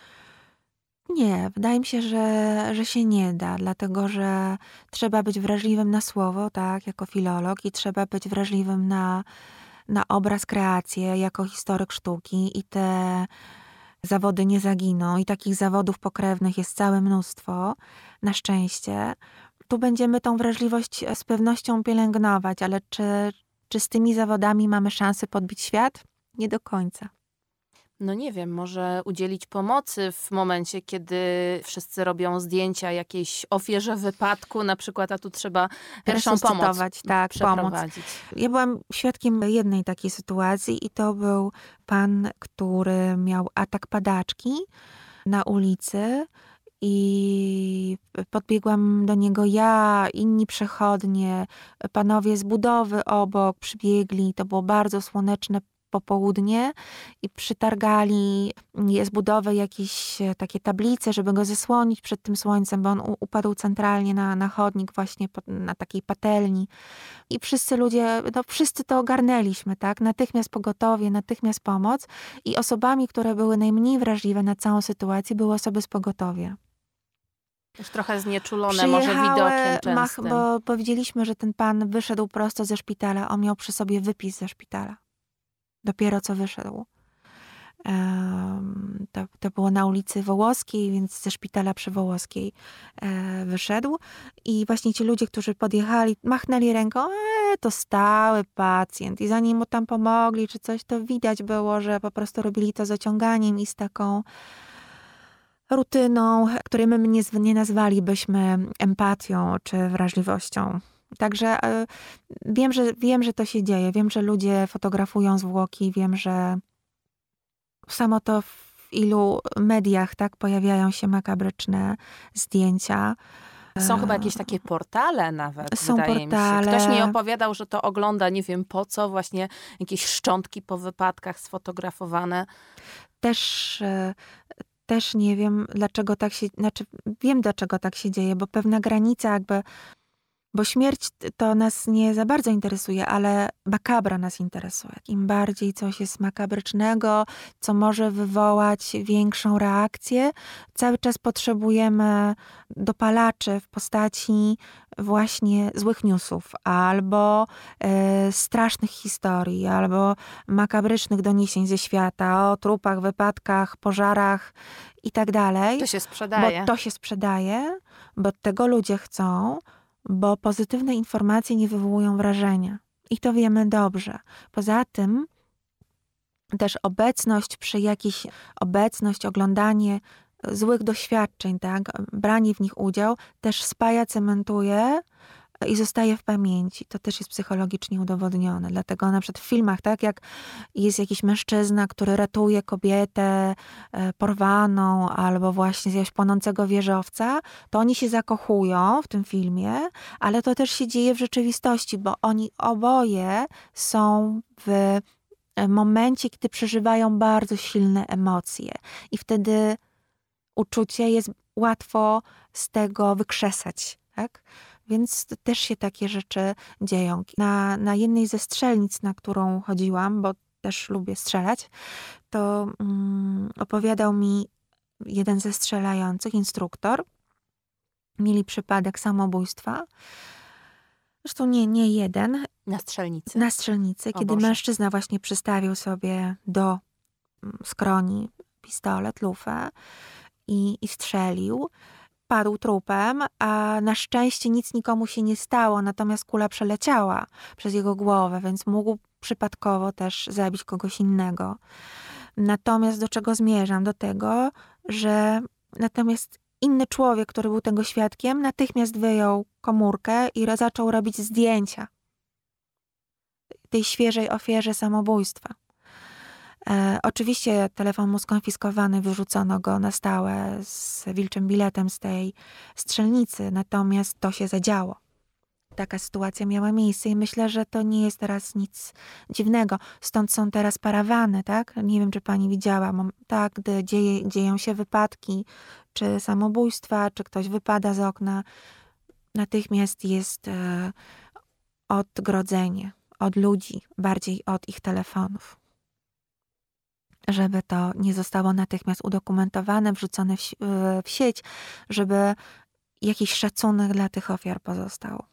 Nie, wydaje mi się, że, że się nie da, dlatego że trzeba być wrażliwym na słowo, tak, jako filolog i trzeba być wrażliwym na, na obraz, kreację, jako historyk sztuki i te zawody nie zaginą i takich zawodów pokrewnych jest całe mnóstwo, na szczęście. Tu będziemy tą wrażliwość z pewnością pielęgnować, ale czy, czy z tymi zawodami mamy szansę podbić świat? Nie do końca. No nie wiem, może udzielić pomocy w momencie, kiedy wszyscy robią zdjęcia jakiejś ofierze wypadku, na przykład, a tu trzeba pierwszą pomoc tak, przeprowadzić. Pomoc. Ja byłam świadkiem jednej takiej sytuacji i to był pan, który miał atak padaczki na ulicy i podbiegłam do niego ja, inni przechodnie, panowie z budowy obok przybiegli, to było bardzo słoneczne popołudnie i przytargali z budowy jakieś takie tablice, żeby go zasłonić przed tym słońcem, bo on upadł centralnie na, na chodnik właśnie na takiej patelni. I wszyscy ludzie, no wszyscy to ogarnęliśmy, tak? Natychmiast pogotowie, natychmiast pomoc i osobami, które były najmniej wrażliwe na całą sytuację, były osoby z pogotowia. Już trochę znieczulone, może widokiem częstym. Mach, bo powiedzieliśmy, że ten pan wyszedł prosto ze szpitala, on miał przy sobie wypis ze szpitala. Dopiero co wyszedł. Um, to, to było na ulicy Wołoskiej, więc ze szpitala przy Wołoskiej e, wyszedł. I właśnie ci ludzie, którzy podjechali, machnęli ręką, e, to stały pacjent. I zanim mu tam pomogli czy coś, to widać było, że po prostu robili to z ociąganiem i z taką rutyną, której my nie, nie nazwalibyśmy empatią czy wrażliwością. Także y, wiem, że, wiem, że to się dzieje. Wiem, że ludzie fotografują zwłoki. Wiem, że samo to w ilu mediach tak pojawiają się makabryczne zdjęcia. Są chyba jakieś takie portale nawet, Są wydaje portale. mi się. Ktoś mi opowiadał, że to ogląda nie wiem po co, właśnie jakieś szczątki po wypadkach sfotografowane. Też... Y, też nie wiem, dlaczego tak się... Znaczy, wiem, dlaczego tak się dzieje, bo pewna granica jakby... Bo śmierć to nas nie za bardzo interesuje, ale makabra nas interesuje. Im bardziej coś jest makabrycznego, co może wywołać większą reakcję, cały czas potrzebujemy dopalaczy w postaci właśnie złych newsów, albo e, strasznych historii, albo makabrycznych doniesień ze świata o trupach, wypadkach, pożarach i tak dalej. To się sprzedaje. Bo to się sprzedaje, bo tego ludzie chcą. bo pozytywne informacje nie wywołują wrażenia. I to wiemy dobrze. Poza tym też obecność przy jakiejś, obecność, oglądanie złych doświadczeń, tak, branie w nich udział też spaja, cementuje i zostaje w pamięci. To też jest psychologicznie udowodnione. Dlatego na przykład w filmach, tak, jak jest jakiś mężczyzna, który ratuje kobietę porwaną albo właśnie z jakiegoś płonącego wieżowca, to oni się zakochują w tym filmie, ale to też się dzieje w rzeczywistości, bo oni oboje są w momencie, kiedy przeżywają bardzo silne emocje i wtedy uczucie jest łatwo z tego wykrzesać, tak? Więc też się takie rzeczy dzieją. Na, na jednej ze strzelnic, na którą chodziłam, bo też lubię strzelać, to um, opowiadał mi jeden ze strzelających, instruktor. Mieli przypadek samobójstwa. Zresztą nie, nie jeden. Na strzelnicy? Na strzelnicy, O kiedy Boże. mężczyzna właśnie przystawił sobie do skroni pistolet, lufę i, i strzelił. Padł trupem, a na szczęście nic nikomu się nie stało, natomiast kula przeleciała przez jego głowę, więc mógł przypadkowo też zabić kogoś innego. Natomiast do czego zmierzam? Do tego, że natomiast inny człowiek, który był tego świadkiem, natychmiast wyjął komórkę i zaczął robić zdjęcia tej świeżej ofierze samobójstwa. E, oczywiście telefon mu skonfiskowany, wyrzucono go na stałe z wilczym biletem z tej strzelnicy, natomiast to się zadziało. Taka sytuacja miała miejsce i myślę, że to nie jest teraz nic dziwnego. Stąd są teraz parawany, tak? Nie wiem, czy pani widziała, tak, gdy dzieje, dzieją się wypadki, czy samobójstwa, czy ktoś wypada z okna, natychmiast jest e, odgrodzenie od ludzi, bardziej od ich telefonów. Żeby to nie zostało natychmiast udokumentowane, wrzucone w, w sieć, żeby jakiś szacunek dla tych ofiar pozostał.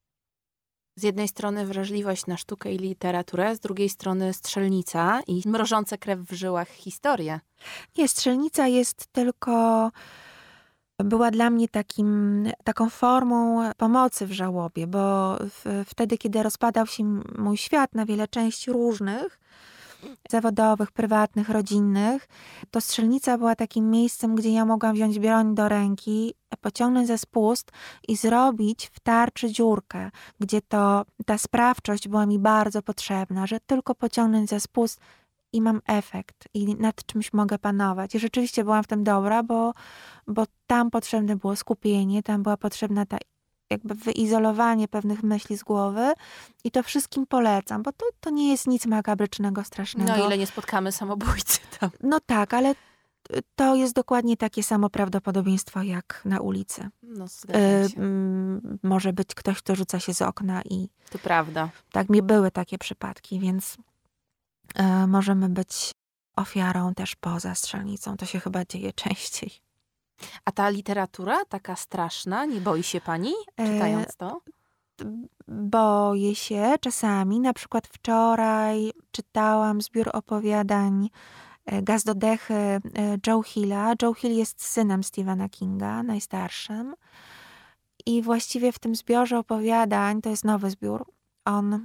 Z jednej strony wrażliwość na sztukę i literaturę, z drugiej strony strzelnica i mrożące krew w żyłach historie. Nie, strzelnica jest tylko... była dla mnie takim, taką formą pomocy w żałobie, bo w, wtedy, kiedy rozpadał się mój świat na wiele części różnych, zawodowych, prywatnych, rodzinnych, to strzelnica była takim miejscem, gdzie ja mogłam wziąć broń do ręki, pociągnąć za spust i zrobić w tarczy dziurkę, gdzie to ta sprawczość była mi bardzo potrzebna, że tylko pociągnąć za spust i mam efekt i nad czymś mogę panować. I rzeczywiście byłam w tym dobra, bo, bo tam potrzebne było skupienie, tam była potrzebna ta jakby wyizolowanie pewnych myśli z głowy i to wszystkim polecam, bo to, to nie jest nic makabrycznego, strasznego. No ile nie spotkamy samobójcy tam. No tak, ale to jest dokładnie takie samo prawdopodobieństwo jak na ulicy. No zgadzam się. Y, może być ktoś, kto rzuca się z okna i... To prawda. Tak, mi były takie przypadki, więc y, możemy być ofiarą też poza strzelnicą. To się chyba dzieje częściej. A ta literatura taka straszna, nie boi się pani, czytając to? Boję się czasami. Na przykład wczoraj czytałam zbiór opowiadań Gaz do dechy Joe Hilla. Joe Hill jest synem Stephena Kinga, najstarszym. I właściwie w tym zbiorze opowiadań, to jest nowy zbiór, on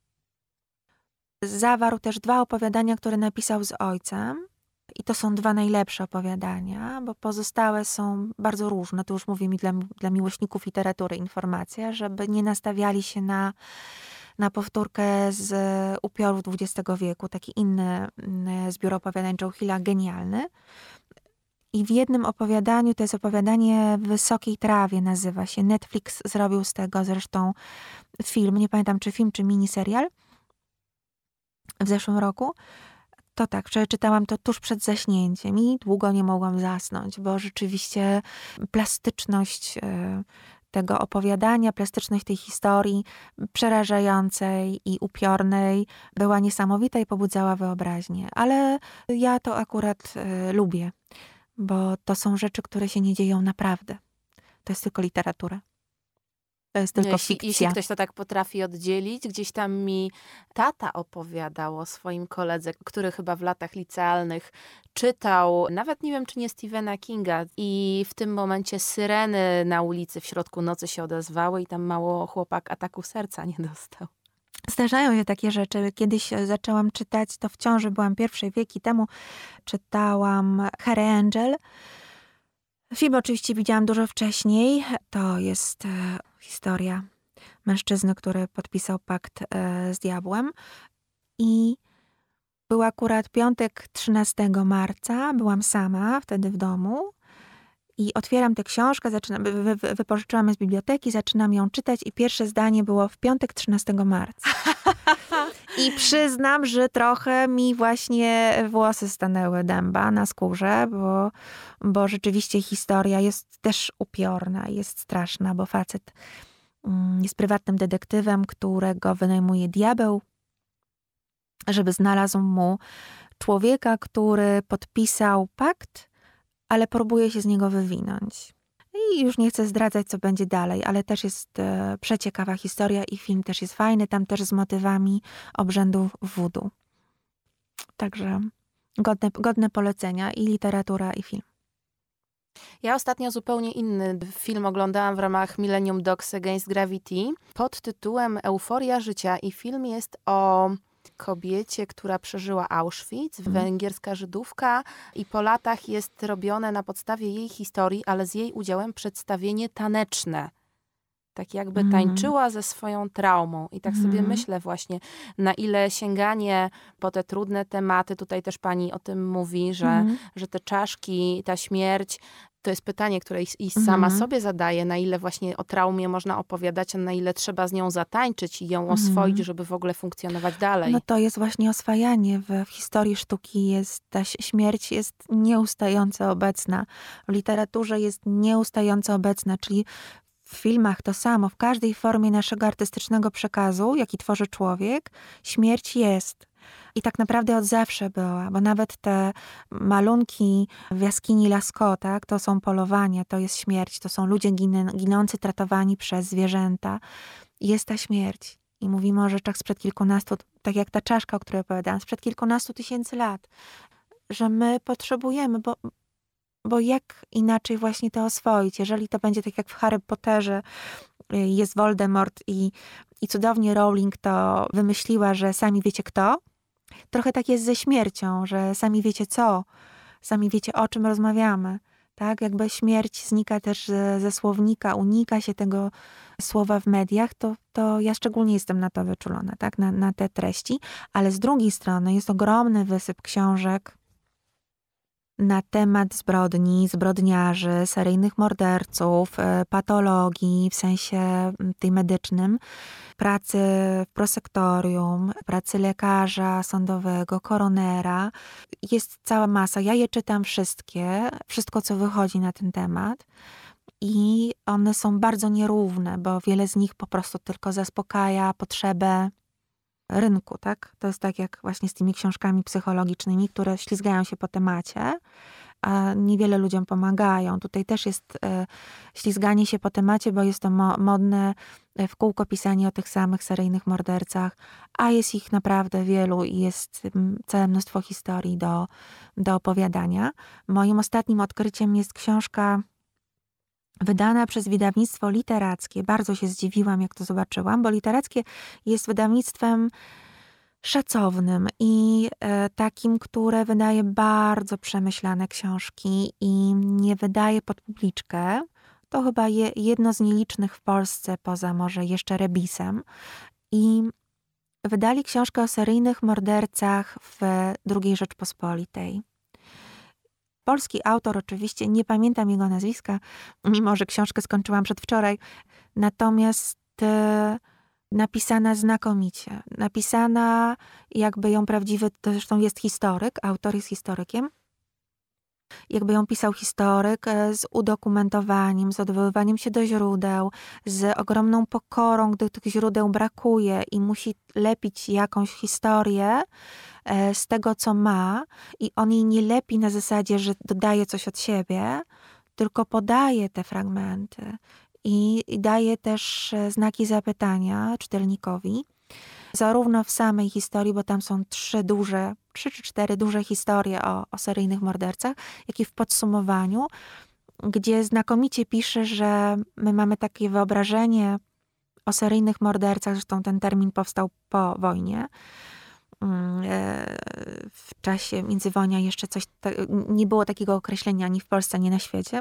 zawarł też dwa opowiadania, które napisał z ojcem. I to są dwa najlepsze opowiadania, bo pozostałe są bardzo różne. To już mówię mi dla, dla miłośników literatury informacja, żeby nie nastawiali się na, na powtórkę z upiorów dwudziestego wieku. Taki inny zbiór opowiadań Joe Hilla, genialny. I w jednym opowiadaniu, to jest opowiadanie w Wysokiej trawie, nazywa się. Netflix zrobił z tego zresztą film, nie pamiętam czy film, czy miniserial w zeszłym roku. To tak, przeczytałam to tuż przed zaśnięciem i długo nie mogłam zasnąć, bo rzeczywiście plastyczność tego opowiadania, plastyczność tej historii przerażającej i upiornej była niesamowita i pobudzała wyobraźnię. Ale ja to akurat y, lubię, bo to są rzeczy, które się nie dzieją naprawdę. To jest tylko literatura. To jest tylko jeśli, fikcja. jeśli ktoś to tak potrafi oddzielić, gdzieś tam mi tata opowiadał o swoim koledze, który chyba w latach licealnych czytał, nawet nie wiem, czy nie Stephena Kinga, i w tym momencie syreny na ulicy w środku nocy się odezwały i tam mało chłopak ataku serca nie dostał. Zdarzają się takie rzeczy. Kiedyś zaczęłam czytać, to w ciąży byłam pierwsze wieki temu, czytałam Harry Angel. Film oczywiście widziałam dużo wcześniej. To jest e, historia mężczyzny, który podpisał pakt e, z diabłem. I był akurat piątek trzynastego marca. Byłam sama wtedy w domu. I otwieram tę książkę, zaczynam, wy, wy, wypożyczyłam ją z biblioteki, zaczynam ją czytać i pierwsze zdanie było w piątek trzynastego marca. I przyznam, że trochę mi właśnie włosy stanęły dęba na skórze, bo, bo rzeczywiście historia jest też upiorna, jest straszna, bo facet jest prywatnym detektywem, którego wynajmuje diabeł, żeby znalazł mu człowieka, który podpisał pakt, ale próbuje się z niego wywinąć. I już nie chcę zdradzać, co będzie dalej, ale też jest e, przeciekawa historia i film też jest fajny, tam też z motywami obrzędów voodoo. Także godne, godne polecenia i literatura, i film. Ja ostatnio zupełnie inny film oglądałam w ramach Millennium Dogs Against Gravity pod tytułem Euforia życia i film jest o kobiecie, która przeżyła Auschwitz, Mhm. węgierska Żydówka, i po latach jest robione na podstawie jej historii, ale z jej udziałem przedstawienie taneczne. Tak jakby Mhm. tańczyła ze swoją traumą. I tak sobie Mhm. myślę właśnie, na ile sięganie po te trudne tematy, tutaj też pani o tym mówi, że, Mhm. że te czaszki, ta śmierć, to jest pytanie, które i, i sama Mhm. sobie zadaję, na ile właśnie o traumie można opowiadać, a na ile trzeba z nią zatańczyć i ją Mhm. oswoić, żeby w ogóle funkcjonować dalej. No to jest właśnie oswajanie. W, w historii sztuki jest ta ś- śmierć jest nieustająco obecna. W literaturze jest nieustająco obecna, czyli w filmach to samo. W każdej formie naszego artystycznego przekazu, jaki tworzy człowiek, śmierć jest. I tak naprawdę od zawsze była, bo nawet te malunki w jaskini Lascaux, tak, to są polowania, to jest śmierć, to są ludzie ginę, ginący, tratowani przez zwierzęta. Jest ta śmierć. I mówimy o rzeczach sprzed kilkunastu, tak jak ta czaszka, o której opowiadałam, sprzed kilkunastu tysięcy lat. Że my potrzebujemy, bo, bo jak inaczej właśnie to oswoić? Jeżeli to będzie tak jak w Harry Potterze, jest Voldemort i, i cudownie Rowling to wymyśliła, że sami wiecie kto. Trochę tak jest ze śmiercią, że sami wiecie co, sami wiecie o czym rozmawiamy. Tak? Jakby śmierć znika też ze, ze słownika, unika się tego słowa w mediach, to, to ja szczególnie jestem na to wyczulona, tak? na, na te treści. Ale z drugiej strony jest ogromny wysyp książek na temat zbrodni, zbrodniarzy, seryjnych morderców, patologii w sensie tej medycznym, pracy w prosektorium, pracy lekarza sądowego, koronera. Jest cała masa. Ja je czytam wszystkie, wszystko co wychodzi na ten temat. I one są bardzo nierówne, bo wiele z nich po prostu tylko zaspokaja potrzebę rynku, tak? To jest tak jak właśnie z tymi książkami psychologicznymi, które ślizgają się po temacie, a niewiele ludziom pomagają. Tutaj też jest e, ślizganie się po temacie, bo jest to mo- modne w kółko pisanie o tych samych seryjnych mordercach, a jest ich naprawdę wielu i jest m, całe mnóstwo historii do, do opowiadania. Moim ostatnim odkryciem jest książka wydana przez wydawnictwo literackie. Bardzo się zdziwiłam, jak to zobaczyłam, bo literackie jest wydawnictwem szacownym i e, takim, które wydaje bardzo przemyślane książki i nie wydaje pod publiczkę. To chyba je, jedno z nielicznych w Polsce, poza może jeszcze Rebisem. I wydali książkę o seryjnych mordercach w drugiej Rzeczpospolitej. Polski autor, oczywiście, nie pamiętam jego nazwiska, mimo że książkę skończyłam przedwczoraj, natomiast e, napisana znakomicie. Napisana jakby ją prawdziwy, to zresztą jest historyk, autor jest historykiem, jakby ją pisał historyk e, z udokumentowaniem, z odwoływaniem się do źródeł, z ogromną pokorą, gdy tych źródeł brakuje i musi lepić jakąś historię e, z tego, co ma, i on jej nie lepi na zasadzie, że dodaje coś od siebie, tylko podaje te fragmenty. i, i daje też znaki zapytania czytelnikowi. Zarówno w samej historii, bo tam są trzy duże, trzy czy cztery duże historie o, o seryjnych mordercach, jak i w podsumowaniu, gdzie znakomicie pisze, że my mamy takie wyobrażenie o seryjnych mordercach, zresztą ten termin powstał po wojnie. W czasie międzywojnia jeszcze coś, nie było takiego określenia ani w Polsce, ani na świecie.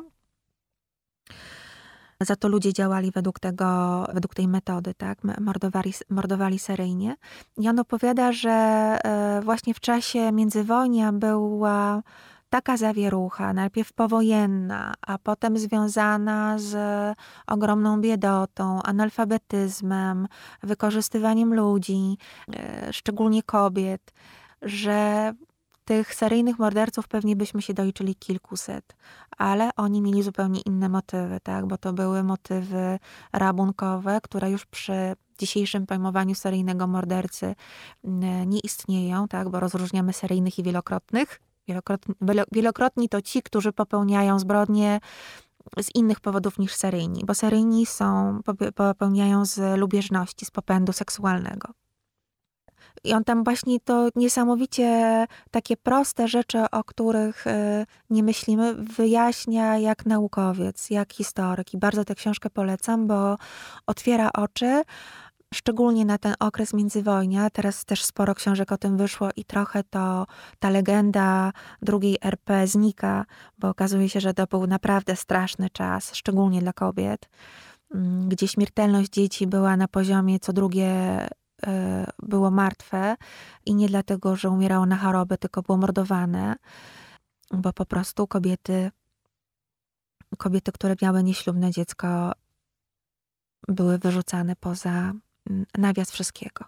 Za to ludzie działali według tego, według tej metody, tak? Mordowali, mordowali seryjnie. I on opowiada, że właśnie w czasie międzywojnia była taka zawierucha, najpierw powojenna, a potem związana z ogromną biedotą, analfabetyzmem, wykorzystywaniem ludzi, szczególnie kobiet, że tych seryjnych morderców pewnie byśmy się doliczyli kilkuset, ale oni mieli zupełnie inne motywy, tak? Bo to były motywy rabunkowe, które już przy dzisiejszym pojmowaniu seryjnego mordercy nie istnieją, tak? Bo rozróżniamy seryjnych i wielokrotnych. Wielokrotni, wielokrotni to ci, którzy popełniają zbrodnie z innych powodów niż seryjni, bo seryjni są, popełniają z lubieżności, z popędu seksualnego. I on tam właśnie to niesamowicie takie proste rzeczy, o których nie myślimy, wyjaśnia jak naukowiec, jak historyk. I bardzo tę książkę polecam, bo otwiera oczy, szczególnie na ten okres międzywojnia. Teraz też sporo książek o tym wyszło i trochę to ta legenda drugiej R P znika, bo okazuje się, że to był naprawdę straszny czas, szczególnie dla kobiet, gdzie śmiertelność dzieci była na poziomie co drugie było martwe i nie dlatego, że umierało na chorobę, tylko było mordowane, bo po prostu kobiety, kobiety, które miały nieślubne dziecko, były wyrzucane poza nawias wszystkiego.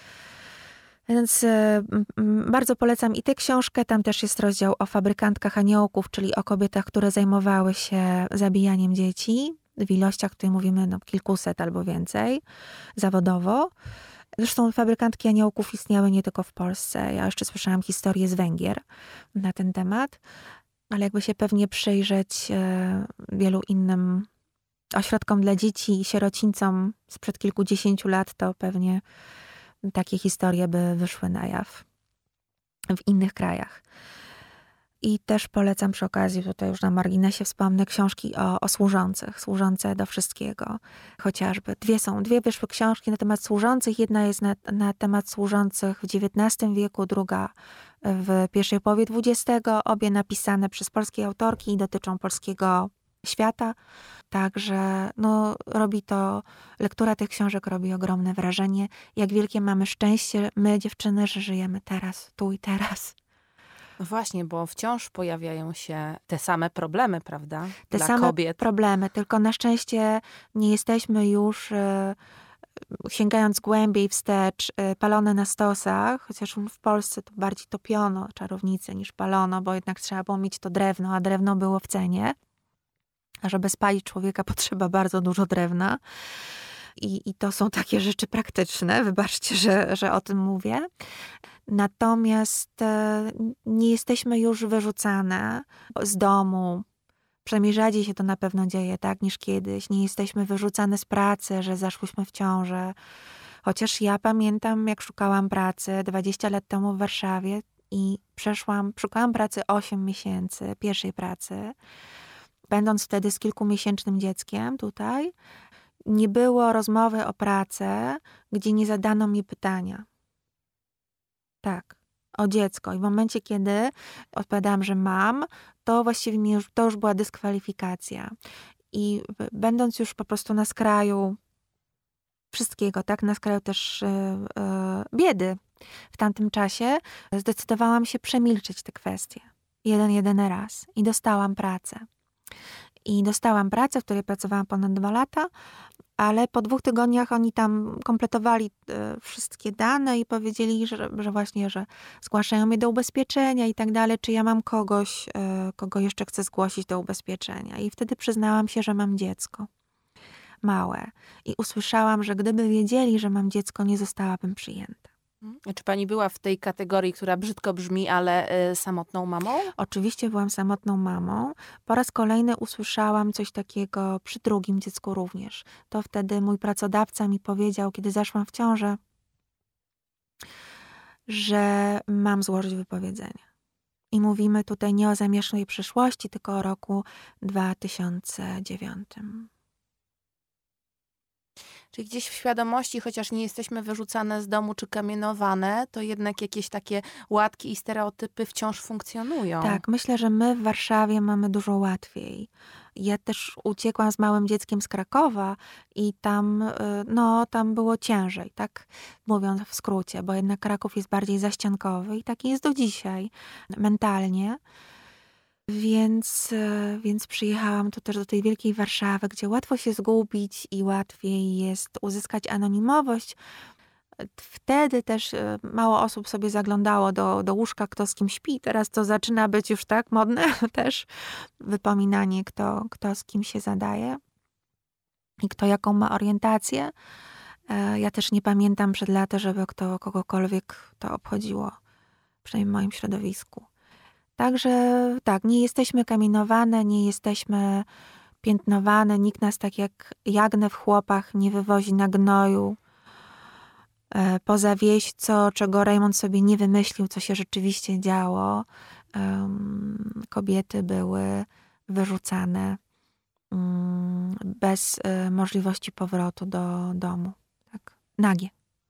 Więc bardzo polecam i tę książkę. Tam też jest rozdział o fabrykantkach aniołków, czyli o kobietach, które zajmowały się zabijaniem dzieci w ilościach, tutaj mówimy no, kilkuset albo więcej, zawodowo. Zresztą fabrykantki aniołków istniały nie tylko w Polsce. Ja jeszcze słyszałam historię z Węgier na ten temat, ale jakby się pewnie przyjrzeć wielu innym ośrodkom dla dzieci i sierocińcom sprzed kilkudziesięciu lat, to pewnie takie historie by wyszły na jaw w innych krajach. I też polecam przy okazji, tutaj już na marginesie wspomnę, książki o, o służących, służące do wszystkiego. Chociażby dwie są, dwie wyszły książki na temat służących. Jedna jest na, na temat służących w dziewiętnastym wieku, druga w pierwszej połowie dwudziestego. Obie napisane przez polskie autorki i dotyczą polskiego świata. Także no, robi to, lektura tych książek robi ogromne wrażenie. Jak wielkie mamy szczęście, my dziewczyny, że żyjemy teraz, tu i teraz. Właśnie, bo wciąż pojawiają się te same problemy, prawda? Te Dla same kobiet. problemy, tylko na szczęście nie jesteśmy już, e, sięgając głębiej wstecz, e, palone na stosach, chociaż w Polsce to bardziej topiono czarownice niż palono, bo jednak trzeba było mieć to drewno, a drewno było w cenie. A żeby spalić człowieka, potrzeba bardzo dużo drewna. I, i to są takie rzeczy praktyczne. Wybaczcie, że, że o tym mówię. Natomiast e, nie jesteśmy już wyrzucane z domu. Przynajmniej rzadziej się to na pewno dzieje, tak, niż kiedyś. Nie jesteśmy wyrzucane z pracy, że zaszłyśmy w ciążę. Chociaż ja pamiętam, jak szukałam pracy dwadzieścia lat temu w Warszawie i przeszłam, szukałam pracy osiem miesięcy, pierwszej pracy. Będąc wtedy z kilkumiesięcznym dzieckiem tutaj, nie było rozmowy o pracę, gdzie nie zadano mi pytania. Tak, o dziecko. I w momencie, kiedy odpowiadałam, że mam, to właściwie mi już, to już była dyskwalifikacja. I będąc już po prostu na skraju wszystkiego, tak, na skraju też yy, yy, biedy w tamtym czasie, zdecydowałam się przemilczeć te kwestie. Jeden, jedyny raz. I dostałam pracę. I dostałam pracę, w której pracowałam ponad dwa lata, ale po dwóch tygodniach oni tam kompletowali y, wszystkie dane i powiedzieli, że, że właśnie, że zgłaszają mnie do ubezpieczenia i tak dalej, czy ja mam kogoś, y, kogo jeszcze chcę zgłosić do ubezpieczenia. I wtedy przyznałam się, że mam dziecko małe. I usłyszałam, że gdyby wiedzieli, że mam dziecko, nie zostałabym przyjęta. Czy pani była w tej kategorii, która brzydko brzmi, ale y, samotną mamą? Oczywiście byłam samotną mamą. Po raz kolejny usłyszałam coś takiego przy drugim dziecku również. To wtedy mój pracodawca mi powiedział, kiedy zaszłam w ciążę, że mam złożyć wypowiedzenie. I mówimy tutaj nie o zamierzchłej przyszłości, tylko o roku dwa tysiące dziewiątym. Czyli gdzieś w świadomości, chociaż nie jesteśmy wyrzucane z domu czy kamienowane, to jednak jakieś takie łatki i stereotypy wciąż funkcjonują. Tak, myślę, że my w Warszawie mamy dużo łatwiej. Ja też uciekłam z małym dzieckiem z Krakowa i tam, y, no, tam było ciężej, tak mówiąc w skrócie, bo jednak Kraków jest bardziej zaściankowy i taki jest do dzisiaj mentalnie. Więc, y, więc przyjechałam tu też do tej wielkiej Warszawy, gdzie łatwo się zgubić i łatwiej jest uzyskać anonimowość. Wtedy też y, mało osób sobie zaglądało do, do łóżka, kto z kim śpi. Teraz to zaczyna być już tak modne też wypominanie, kto, kto z kim się zadaje i kto jaką ma orientację. E, Ja też nie pamiętam przed laty, żeby kto kogokolwiek to obchodziło, przynajmniej w moim środowisku. Także tak, nie jesteśmy kamienowane, nie jesteśmy piętnowane, nikt nas tak jak jagnę w chłopach nie wywozi na gnoju e, poza wieś, co, czego Raymond sobie nie wymyślił, co się rzeczywiście działo. Em, kobiety były wyrzucane mm, bez e, możliwości powrotu do domu. Tak, nagie.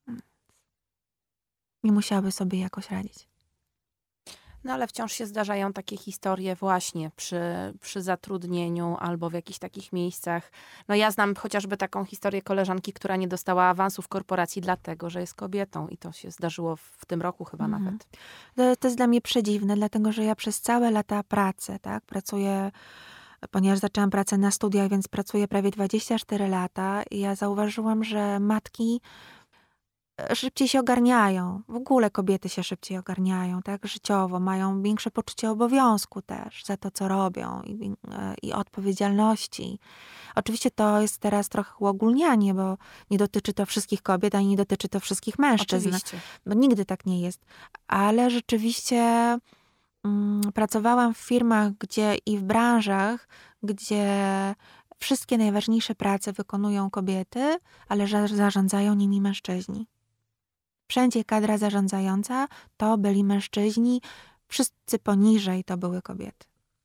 Nie musiały sobie jakoś radzić. No ale wciąż się zdarzają takie historie właśnie przy, przy zatrudnieniu albo w jakichś takich miejscach. No ja znam chociażby taką historię koleżanki, która nie dostała awansu w korporacji dlatego, że jest kobietą i to się zdarzyło w tym roku chyba Mhm. nawet. To, to jest dla mnie przedziwne, dlatego że ja przez całe lata pracy, tak, pracuję, ponieważ zaczęłam pracę na studiach, więc pracuję prawie dwadzieścia cztery lata i ja zauważyłam, że matki e, szybciej się ogarniają. W ogóle kobiety się szybciej ogarniają, tak, życiowo, mają większe poczucie obowiązku też za to, co robią i, wię- e, i odpowiedzialności. Oczywiście to jest teraz trochę uogólnianie, bo nie dotyczy to wszystkich kobiet, ani nie dotyczy to wszystkich mężczyzn. Oczywiście. Bo nigdy tak nie jest. Ale rzeczywiście mm, pracowałam w firmach, gdzie i w branżach, gdzie wszystkie najważniejsze prace wykonują kobiety, ale za- zarządzają nimi mężczyźni. Wszędzie kadra zarządzająca to byli mężczyźni, wszyscy poniżej to były kobiety.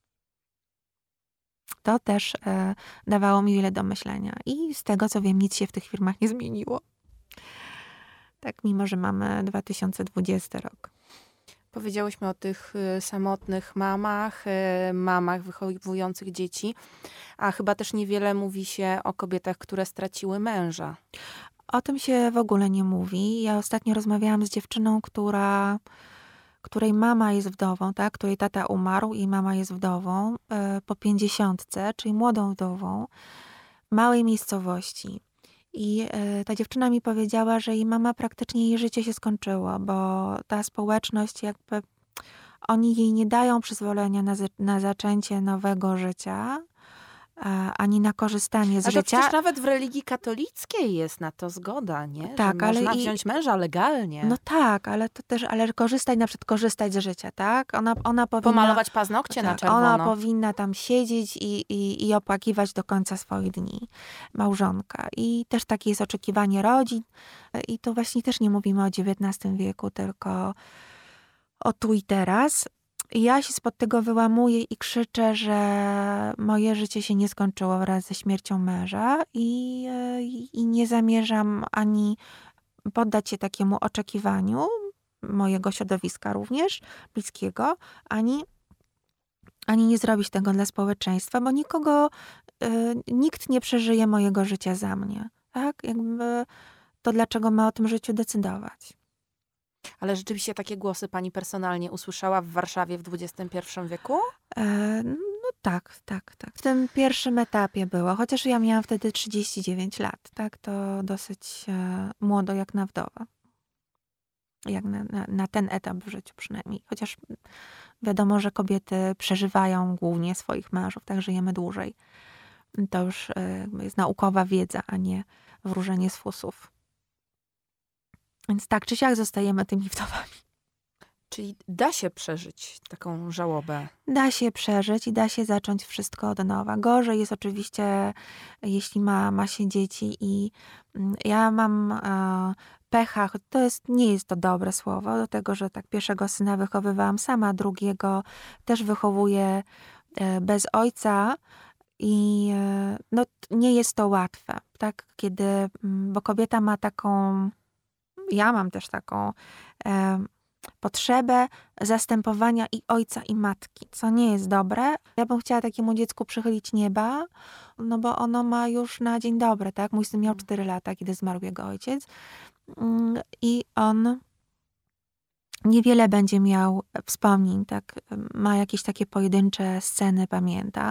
To też e, dawało mi wiele do myślenia. I z tego, co wiem, nic się w tych firmach nie zmieniło. Tak, mimo że mamy dwa tysiące dwudziesty rok. Powiedziałyśmy o tych y, samotnych mamach, y, mamach wychowujących dzieci, a chyba też niewiele mówi się o kobietach, które straciły męża. O tym się w ogóle nie mówi. Ja ostatnio rozmawiałam z dziewczyną, która, której mama jest wdową, tak? Której tata umarł i mama jest wdową e, po pięćdziesiątce, czyli młodą wdową w małej miejscowości. I e, ta dziewczyna mi powiedziała, że jej mama praktycznie jej życie się skończyło, bo ta społeczność jakby oni jej nie dają przyzwolenia na, za- na zaczęcie nowego życia, a, ani na korzystanie z A to życia. przecież nawet w religii katolickiej jest na to zgoda, nie? Tak, że ale można i- wziąć męża legalnie. No tak, ale to też, ale korzystać, na przykład korzystać z życia, tak? Ona, ona powinna... Pomalować paznokcie na tak, czerwono. ona powinna tam siedzieć i, i, i opłakiwać do końca swoich dni. Małżonka. I też takie jest oczekiwanie rodzin. I to właśnie też nie mówimy o dziewiętnastym wieku, tylko o tu i teraz. I ja się spod tego wyłamuję i krzyczę, że moje życie się nie skończyło wraz ze śmiercią męża i, e, i nie zamierzam ani poddać się takiemu oczekiwaniu mojego środowiska również, bliskiego, ani, ani nie zrobić tego dla społeczeństwa, bo nikogo, y, nikt nie przeżyje mojego życia za mnie. Tak? Jakby to dlaczego ma o tym życiu decydować? Ale rzeczywiście takie głosy pani personalnie usłyszała w Warszawie w dwudziestym pierwszym wieku? E, no tak, tak, tak. W tym pierwszym etapie było, chociaż ja miałam wtedy trzydzieści dziewięć lat, tak? To dosyć e, młodo jak na wdowę. Jak na, na, na ten etap w życiu przynajmniej. Chociaż wiadomo, że kobiety przeżywają głównie swoich mężów, tak żyjemy dłużej. To już e, jest naukowa wiedza, a nie wróżenie z fusów. Więc tak czy siak zostajemy tymi wdowami. Czyli da się przeżyć taką żałobę. Da się przeżyć i da się zacząć wszystko od nowa. Gorzej jest oczywiście, jeśli ma, ma się dzieci i ja mam e, pecha, choć to jest, nie jest to dobre słowo, do tego, że tak pierwszego syna wychowywałam sama, drugiego też wychowuję e, bez ojca i e, no, nie jest to łatwe, tak, kiedy, bo kobieta ma taką, ja mam też taką e, potrzebę zastępowania i ojca, i matki, co nie jest dobre. Ja bym chciała takiemu dziecku przychylić nieba, no bo ono ma już na dzień dobry, tak? Mój syn miał cztery lata, kiedy zmarł jego ojciec i on niewiele będzie miał wspomnień, tak? Ma jakieś takie pojedyncze sceny, pamięta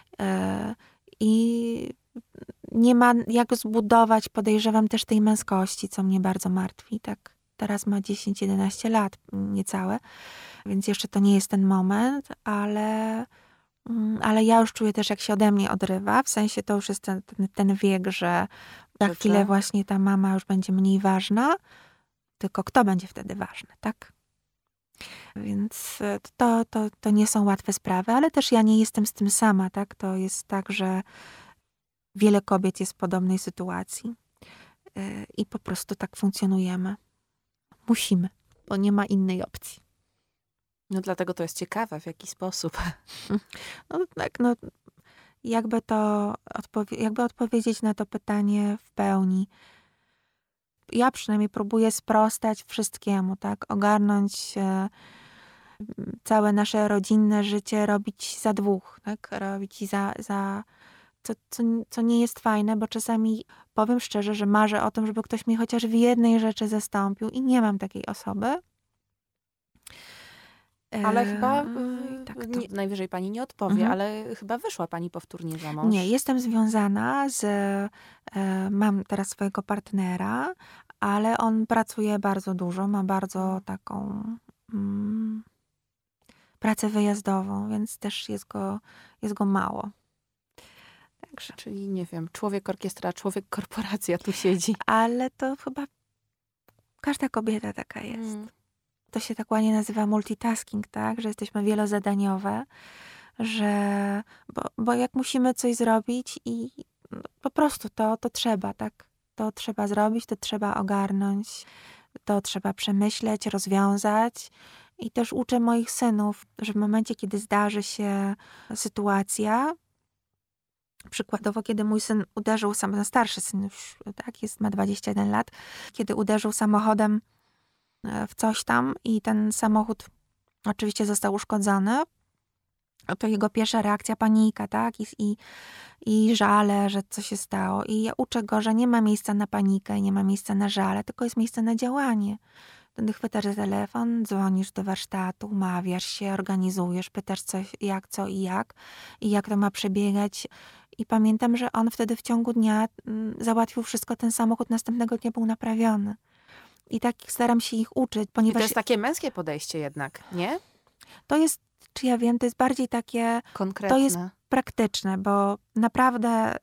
i nie ma jak zbudować, podejrzewam, też tej męskości, co mnie bardzo martwi, tak? Teraz ma dziesięć jedenaście lat, niecałe, więc jeszcze to nie jest ten moment, ale, ale ja już czuję też, jak się ode mnie odrywa. W sensie to już jest ten, ten, ten wiek, że za chwilę właśnie ta mama już będzie mniej ważna, tylko kto będzie wtedy ważny, tak? Więc to, to, to nie są łatwe sprawy, ale też ja nie jestem z tym sama, tak? To jest tak, że wiele kobiet jest w podobnej sytuacji i po prostu tak funkcjonujemy. Musimy, bo nie ma innej opcji. No dlatego to jest ciekawe, w jaki sposób. No tak, no jakby to, odpowie- jakby odpowiedzieć na to pytanie w pełni. Ja przynajmniej próbuję sprostać wszystkiemu, tak? Ogarnąć e, całe nasze rodzinne życie, robić za dwóch, tak? Robić za, za co, co, co nie jest fajne, bo czasami powiem szczerze, że marzę o tym, żeby ktoś mnie chociaż w jednej rzeczy zastąpił i nie mam takiej osoby. Ale chyba Eee, tak to. nie, najwyżej pani nie odpowie, mhm. ale chyba wyszła pani powtórnie za mąż. Nie, jestem związana z, e, mam teraz swojego partnera, ale on pracuje bardzo dużo, ma bardzo taką mm, pracę wyjazdową, więc też jest go, jest go mało. Także. Czyli nie wiem, człowiek orkiestra, człowiek korporacja tu siedzi. Ale to chyba każda kobieta taka jest. Mm. To się tak ładnie nazywa multitasking, tak? Że jesteśmy wielozadaniowe, że bo, bo jak musimy coś zrobić i po prostu to, to trzeba, tak? To trzeba zrobić, to trzeba ogarnąć, to trzeba przemyśleć, rozwiązać. I też uczę moich synów, że w momencie, kiedy zdarzy się sytuacja, przykładowo, kiedy mój syn uderzył, sam starszy syn już, tak, jest, ma dwadzieścia jeden lat, kiedy uderzył samochodem w coś tam i ten samochód oczywiście został uszkodzony, to jego pierwsza reakcja panika, tak, i, i, i żale, że co się stało. I ja uczę go, że nie ma miejsca na panikę, nie ma miejsca na żale, tylko jest miejsce na działanie. Wtedy chwytasz telefon, dzwonisz do warsztatu, umawiasz się, organizujesz, pytasz coś, jak, co i jak, i jak to ma przebiegać. I pamiętam, że on wtedy w ciągu dnia mm, załatwił wszystko, ten samochód następnego dnia był naprawiony. I tak staram się ich uczyć, ponieważ... I to jest takie męskie podejście jednak, nie? To jest, czy ja wiem, to jest bardziej takie... Konkretne. To jest praktyczne, bo naprawdę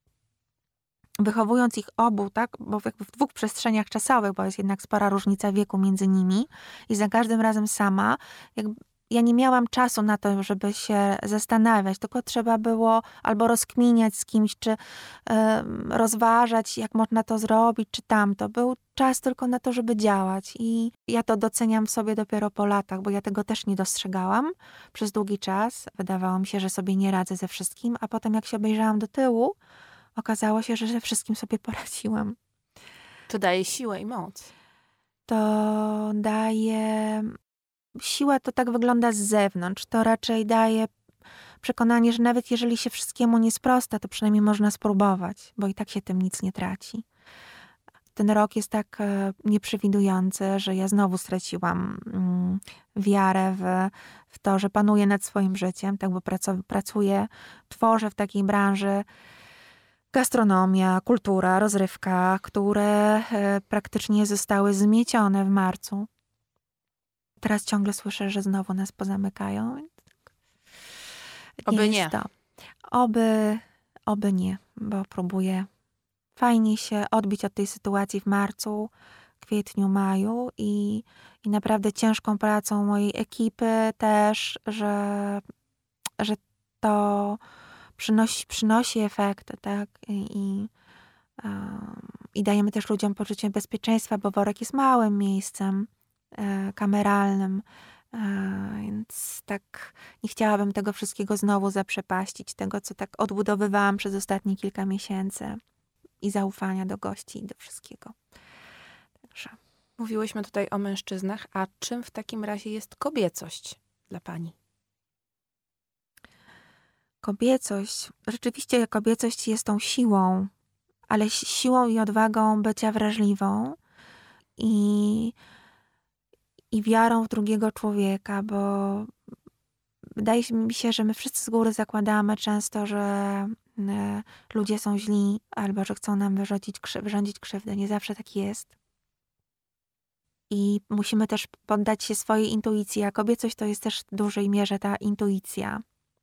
wychowując ich obu, tak, bo jakby w dwóch przestrzeniach czasowych, bo jest jednak spora różnica wieku między nimi i za każdym razem sama, jakby ja nie miałam czasu na to, żeby się zastanawiać, tylko trzeba było albo rozkminiać z kimś, czy y, rozważać, jak można to zrobić, czy tamto. Był czas tylko na to, żeby działać i ja to doceniam w sobie dopiero po latach, bo ja tego też nie dostrzegałam przez długi czas. Wydawało mi się, że sobie nie radzę ze wszystkim, a potem jak się obejrzałam do tyłu, okazało się, że ze wszystkim sobie poradziłam. To daje siłę i moc. To daje... Siła to tak wygląda z zewnątrz. To raczej daje przekonanie, że nawet jeżeli się wszystkiemu nie sprosta, to przynajmniej można spróbować, bo i tak się tym nic nie traci. Ten rok jest tak nieprzewidujący, że ja znowu straciłam mm, wiarę w, w to, że panuję nad swoim życiem, tak, bo pracuję, tworzę w takiej branży gastronomia, kultura, rozrywka, które praktycznie zostały zmiecione w marcu. Teraz ciągle słyszę, że znowu nas pozamykają. Nie oby nie. To. Oby, oby nie, bo próbuję fajnie się odbić od tej sytuacji w marcu, kwietniu, maju i, i naprawdę ciężką pracą mojej ekipy też, że, że to przynosi, przynosi efekty, tak? I, i, um, i dajemy też ludziom poczucie bezpieczeństwa, bo Worek jest małym miejscem e, kameralnym, e, więc tak nie chciałabym tego wszystkiego znowu zaprzepaścić, tego, co tak odbudowywałam przez ostatnie kilka miesięcy i zaufania do gości i do wszystkiego. Także. Mówiłyśmy tutaj o mężczyznach, a czym w takim razie jest kobiecość dla pani? Kobiecość, rzeczywiście kobiecość jest tą siłą, ale siłą i odwagą bycia wrażliwą i, i wiarą w drugiego człowieka, bo wydaje mi się, że my wszyscy z góry zakładamy często, że y, ludzie są źli albo że chcą nam wyrządzić, krzy- wyrządzić krzywdę. Nie zawsze tak jest. I musimy też poddać się swojej intuicji, a kobiecość to jest też w dużej mierze ta intuicja.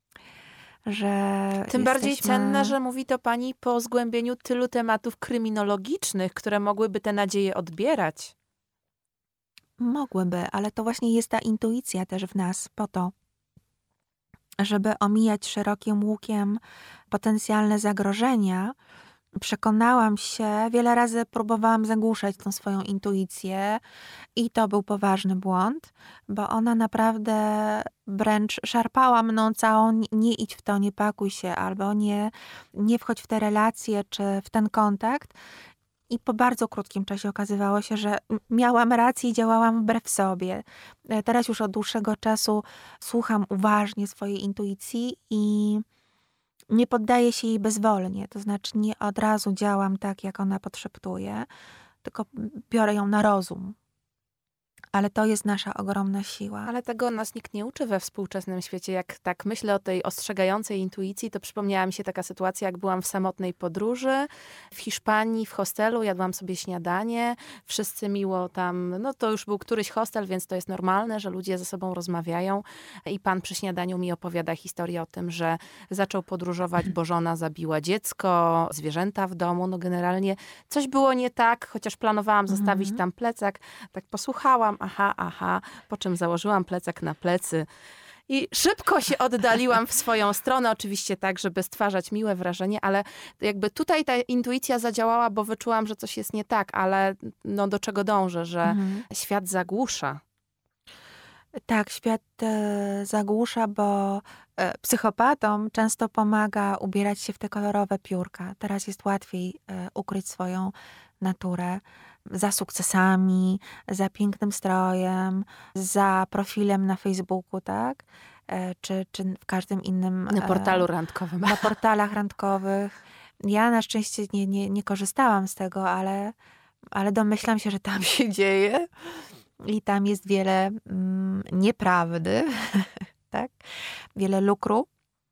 Że Tym jesteśmy... bardziej cenne, że mówi to pani po zgłębieniu tylu tematów kryminologicznych, które mogłyby te nadzieje odbierać. Mogłyby, ale to właśnie jest ta intuicja też w nas po to, żeby omijać szerokim łukiem potencjalne zagrożenia. Przekonałam się, wiele razy próbowałam zagłuszać tą swoją intuicję i to był poważny błąd, bo ona naprawdę wręcz szarpała mną całą, nie idź w to, nie pakuj się, albo nie, nie wchodź w te relacje, czy w ten kontakt. I po bardzo krótkim czasie okazywało się, że miałam rację i działałam wbrew sobie. Teraz już od dłuższego czasu słucham uważnie swojej intuicji i nie poddaję się jej bezwolnie. To znaczy nie od razu działam tak, jak ona podszeptuje, tylko biorę ją na rozum. Ale to jest nasza ogromna siła. Ale tego nas nikt nie uczy we współczesnym świecie. Jak tak myślę o tej ostrzegającej intuicji, to przypomniała mi się taka sytuacja, jak byłam w samotnej podróży w Hiszpanii, w hostelu, jadłam sobie śniadanie, wszyscy miło tam, no to już był któryś hostel, więc to jest normalne, że ludzie ze sobą rozmawiają i pan przy śniadaniu mi opowiada historię o tym, że zaczął podróżować, bo żona zabiła dziecko, zwierzęta w domu, no generalnie coś było nie tak, chociaż planowałam zostawić Mhm. tam plecak, tak posłuchałam, aha, aha, po czym założyłam plecak na plecy i szybko się oddaliłam w swoją stronę, oczywiście tak, żeby stwarzać miłe wrażenie, ale jakby tutaj ta intuicja zadziałała, bo wyczułam, że coś jest nie tak, ale no do czego dążę, że Mhm. świat zagłusza. Tak, świat e, zagłusza, bo e, psychopatom często pomaga ubierać się w te kolorowe piórka. Teraz jest łatwiej e, ukryć swoją naturę za sukcesami, za pięknym strojem, za profilem na Facebooku, tak? E, czy, czy w każdym innym... Na e, portalu randkowym. Na portalach randkowych. Ja na szczęście nie, nie, nie korzystałam z tego, ale, ale domyślam się, że tam się dzieje. I tam jest wiele mm, nieprawdy, tak? Wiele lukru.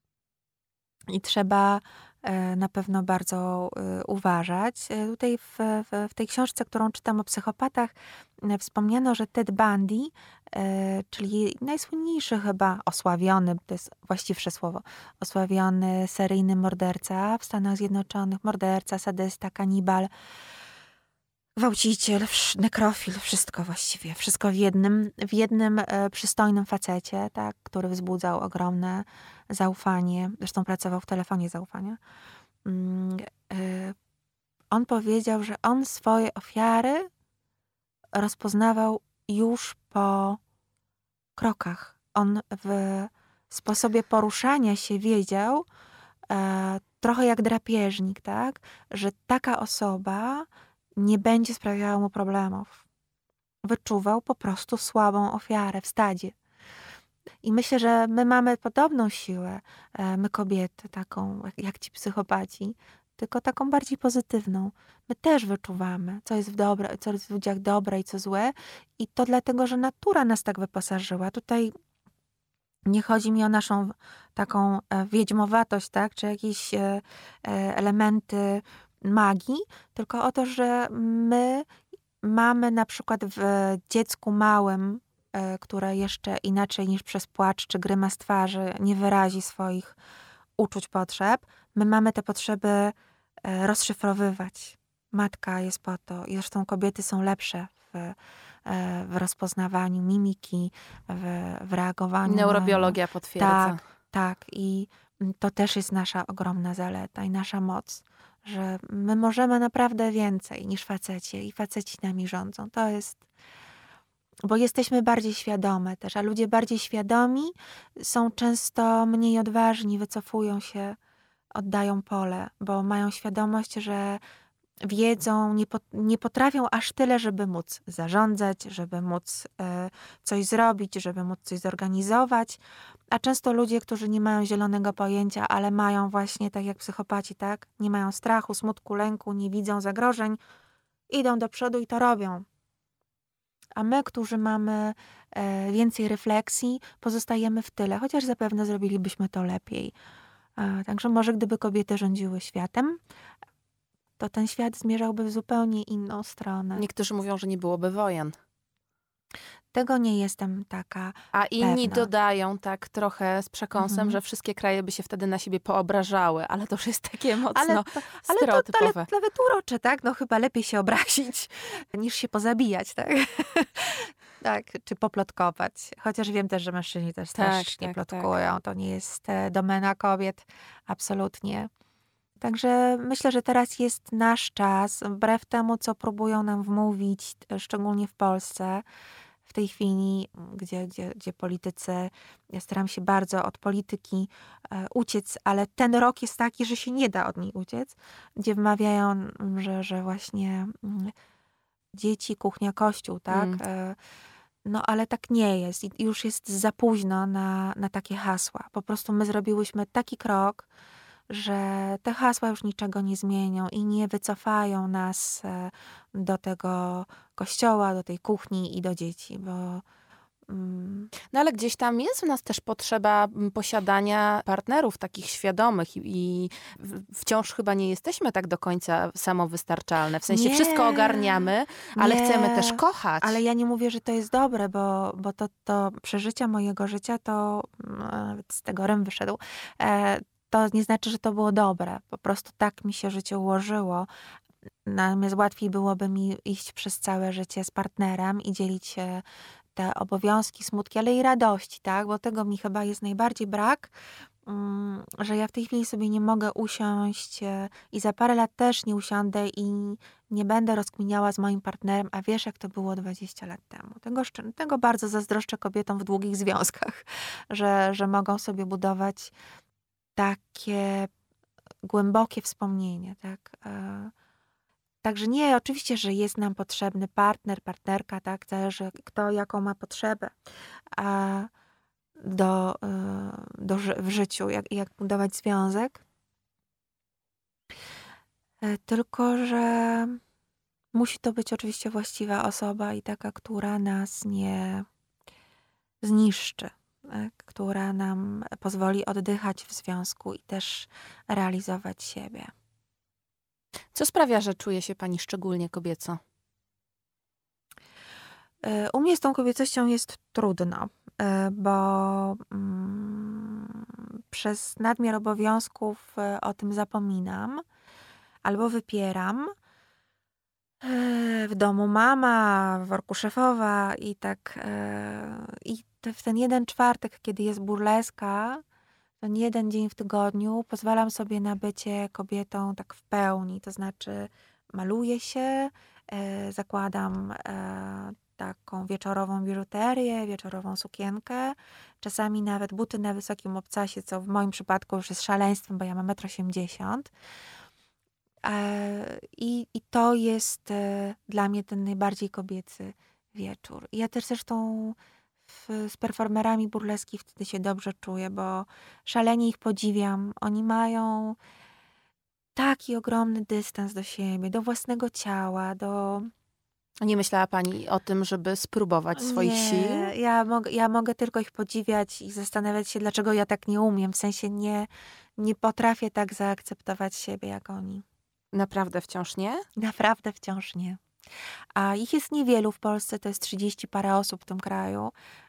I trzeba e, na pewno bardzo e, uważać. E, tutaj w, w, w tej książce, którą czytam o psychopatach, e, wspomniano, że Ted Bundy, e, czyli najsłynniejszy chyba, osławiony, to jest właściwsze słowo, osławiony seryjny morderca w Stanach Zjednoczonych, morderca, sadysta, kanibal, gwałciciel, nekrofil, wszystko właściwie, wszystko w jednym, w jednym e, przystojnym facecie, tak, który wzbudzał ogromne zaufanie, zresztą pracował w telefonie zaufania. Mm, e, on powiedział, że on swoje ofiary rozpoznawał już po krokach. On w sposobie poruszania się wiedział, e, trochę jak drapieżnik, tak, że taka osoba nie będzie sprawiała mu problemów. Wyczuwał po prostu słabą ofiarę w stadzie. I myślę, że my mamy podobną siłę, my kobiety, taką jak ci psychopaci, tylko taką bardziej pozytywną. My też wyczuwamy, co jest w, dobre, co jest w ludziach dobre i co złe. I to dlatego, że natura nas tak wyposażyła. Tutaj nie chodzi mi o naszą taką wiedźmowatość, tak, czy jakieś elementy magii, tylko o to, że my mamy na przykład w dziecku małym, e, które jeszcze inaczej niż przez płacz czy grymas twarzy nie wyrazi swoich uczuć, potrzeb, my mamy te potrzeby e, rozszyfrowywać. Matka jest po to. I zresztą kobiety są lepsze w, w rozpoznawaniu mimiki, w, w reagowaniu. Neurobiologia potwierdza. Tak, tak. I to też jest nasza ogromna zaleta i nasza moc, że my możemy naprawdę więcej niż faceci i faceci nami rządzą. To jest, bo jesteśmy bardziej świadome też, a ludzie bardziej świadomi są często mniej odważni, wycofują się, oddają pole, bo mają świadomość, że wiedzą, nie, po, nie potrafią aż tyle, żeby móc zarządzać, żeby móc y, coś zrobić, żeby móc coś zorganizować. A często ludzie, którzy nie mają zielonego pojęcia, ale mają właśnie, tak jak psychopaci, tak? Nie mają strachu, smutku, lęku, nie widzą zagrożeń, idą do przodu i to robią. A my, którzy mamy y, więcej refleksji, pozostajemy w tyle, chociaż zapewne zrobilibyśmy to lepiej. Y, także może gdyby kobiety rządziły światem, to ten świat zmierzałby w zupełnie inną stronę. Niektórzy mówią, że nie byłoby wojen. Tego nie jestem taka A inni pewna. dodają tak trochę z przekąsem, mhm. że wszystkie kraje by się wtedy na siebie poobrażały, ale to już jest takie mocno ale to, ale stereotypowe. To, ale nawet urocze, tak? No chyba lepiej się obrazić, niż się pozabijać, tak? Tak, czy poplotkować. Chociaż wiem też, że mężczyźni też tak, strasznie tak, plotkują. Tak. To nie jest domena kobiet. Absolutnie. Także myślę, że teraz jest nasz czas, wbrew temu, co próbują nam wmówić, szczególnie w Polsce, w tej chwili, gdzie, gdzie, gdzie politycy, ja staram się bardzo od polityki e, uciec, ale ten rok jest taki, że się nie da od niej uciec, gdzie wmawiają, że, że właśnie mm, dzieci, kuchnia, kościół, tak? Mm. E, no ale tak nie jest i już jest za późno na, na takie hasła. Po prostu my zrobiłyśmy taki krok, że te hasła już niczego nie zmienią i nie wycofają nas do tego kościoła, do tej kuchni i do dzieci, bo... Mm. No ale gdzieś tam jest w nas też potrzeba posiadania partnerów takich świadomych i, i wciąż chyba nie jesteśmy tak do końca samowystarczalne. W sensie nie, wszystko ogarniamy, ale nie, chcemy też kochać. Ale ja nie mówię, że to jest dobre, bo, bo to, to przeżycia mojego życia, to nawet z tego rym wyszedł, e, to nie znaczy, że to było dobre. Po prostu tak mi się życie ułożyło. Natomiast łatwiej byłoby mi iść przez całe życie z partnerem i dzielić się te obowiązki, smutki, ale i radości, tak? Bo tego mi chyba jest najbardziej brak, że ja w tej chwili sobie nie mogę usiąść i za parę lat też nie usiądę i nie będę rozkminiała z moim partnerem, a wiesz, jak to było dwadzieścia lat temu. Tego, tego bardzo zazdroszczę kobietom w długich związkach, że, że mogą sobie budować takie głębokie wspomnienie, tak? Także nie, oczywiście, że jest nam potrzebny partner, partnerka, tak? Zależy kto jaką ma potrzebę a do, do, w życiu, jak, jak budować związek. Tylko, że musi to być oczywiście właściwa osoba i taka, która nas nie zniszczy. Która nam pozwoli oddychać w związku i też realizować siebie. Co sprawia, że czuje się pani szczególnie kobieco? U mnie z tą kobiecością jest trudno, bo mm, przez nadmiar obowiązków o tym zapominam albo wypieram. W domu mama, w worku szefowa i tak. I w ten jeden czwartek, kiedy jest burleska, ten jeden dzień w tygodniu pozwalam sobie na bycie kobietą tak w pełni. To znaczy maluję się, zakładam taką wieczorową biżuterię, wieczorową sukienkę, czasami nawet buty na wysokim obcasie, co w moim przypadku już jest szaleństwem, bo ja mam metr osiemdziesiąt. I, I to jest dla mnie ten najbardziej kobiecy wieczór. Ja też zresztą w, z performerami burleski wtedy się dobrze czuję, bo szalenie ich podziwiam. Oni mają taki ogromny dystans do siebie, do własnego ciała, do... Nie myślała pani o tym, żeby spróbować swoich nie, sił? Ja mogę, ja mogę tylko ich podziwiać i zastanawiać się, dlaczego ja tak nie umiem. W sensie nie, nie potrafię tak zaakceptować siebie, jak oni. Naprawdę wciąż nie? Naprawdę wciąż nie. A ich jest niewielu w Polsce, to jest trzydzieści parę osób w tym kraju.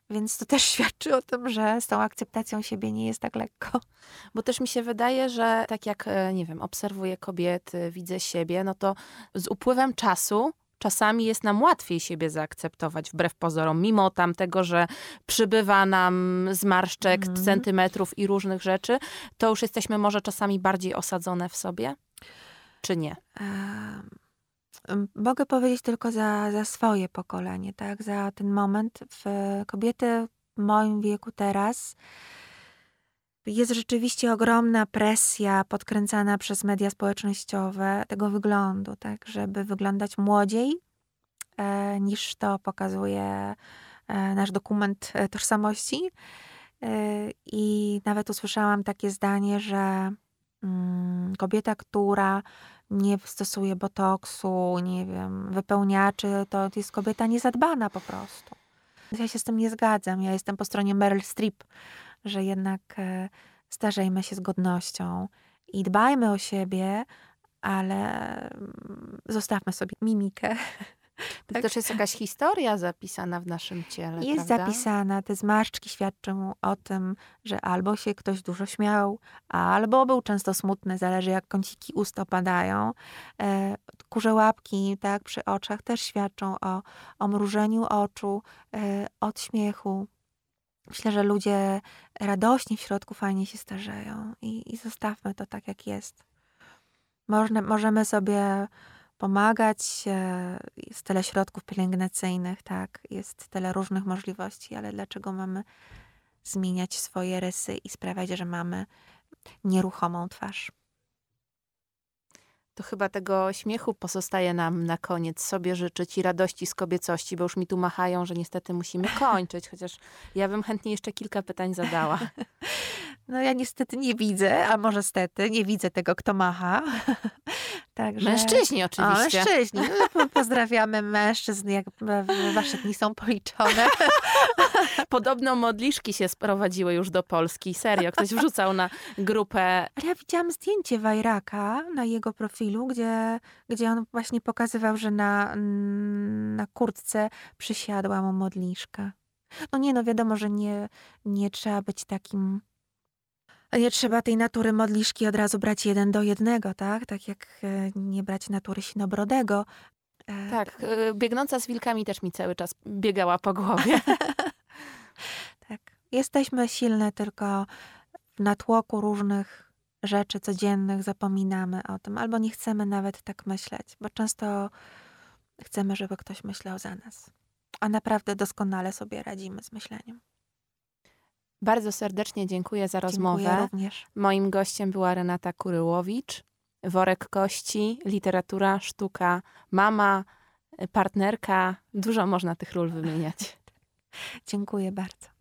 Więc to też świadczy o tym, że z tą akceptacją siebie nie jest tak lekko. Bo też mi się wydaje, że tak jak, nie wiem, obserwuję kobiety, widzę siebie, no to z upływem czasu czasami jest nam łatwiej siebie zaakceptować wbrew pozorom, mimo tamtego, że przybywa nam zmarszczek, mm. centymetrów i różnych rzeczy, to już jesteśmy może czasami bardziej osadzone w sobie, czy nie? Um, mogę powiedzieć tylko za, za swoje pokolenie, tak? Za ten moment. W kobiety w moim wieku teraz jest rzeczywiście ogromna presja podkręcana przez media społecznościowe tego wyglądu, tak, żeby wyglądać młodziej e, niż to pokazuje e, nasz dokument e, tożsamości. E, I nawet usłyszałam takie zdanie, że mm, kobieta, która nie stosuje botoksu, nie wiem, wypełniaczy, to jest kobieta niezadbana po prostu. Ja się z tym nie zgadzam. Ja jestem po stronie Meryl Streep, że jednak e, starzejmy się z godnością i dbajmy o siebie, ale zostawmy sobie mimikę. To tak? Też jest jakaś historia zapisana w naszym ciele, Jest prawda? zapisana. Te zmarszczki świadczą o tym, że albo się ktoś dużo śmiał, albo był często smutny, zależy jak kąciki ust opadają. E, kurze łapki, tak, przy oczach też świadczą o, o mrużeniu oczu, e, od śmiechu. Myślę, że ludzie radośni w środku fajnie się starzeją i, i zostawmy to tak, jak jest. Można, możemy sobie pomagać, jest tyle środków pielęgnacyjnych, tak, jest tyle różnych możliwości, ale dlaczego mamy zmieniać swoje rysy i sprawiać, że mamy nieruchomą twarz? To chyba tego śmiechu pozostaje nam na koniec sobie życzyć i radości z kobiecości, bo już mi tu machają, że niestety musimy kończyć, chociaż ja bym chętnie jeszcze kilka pytań zadała. No ja niestety nie widzę, a może stety, nie widzę tego, kto macha. Także... Mężczyźni oczywiście. O, mężczyźni. No, pozdrawiamy mężczyzn, jak wasze dni są policzone. Podobno modliszki się sprowadziły już do Polski. Serio, ktoś wrzucał na grupę. Ale ja widziałam zdjęcie Wajraka na jego profilu, gdzie, gdzie on właśnie pokazywał, że na, na kurtce przysiadła mu modliszka. No nie, no wiadomo, że nie, nie trzeba być takim... Nie trzeba tej natury modliszki od razu brać jeden do jednego, tak? Tak jak nie brać natury sinobrodego. Tak, biegnąca z wilkami też mi cały czas biegała po głowie. Tak. Jesteśmy silne, tylko w natłoku różnych rzeczy codziennych zapominamy o tym, albo nie chcemy nawet tak myśleć, bo często chcemy, żeby ktoś myślał za nas. A naprawdę doskonale sobie radzimy z myśleniem. Bardzo serdecznie dziękuję za rozmowę. Dziękuję również. Moim gościem była Renata Kuryłowicz. Worek kości, literatura, sztuka, mama, partnerka. Dużo można tych ról wymieniać. Dziękuję bardzo.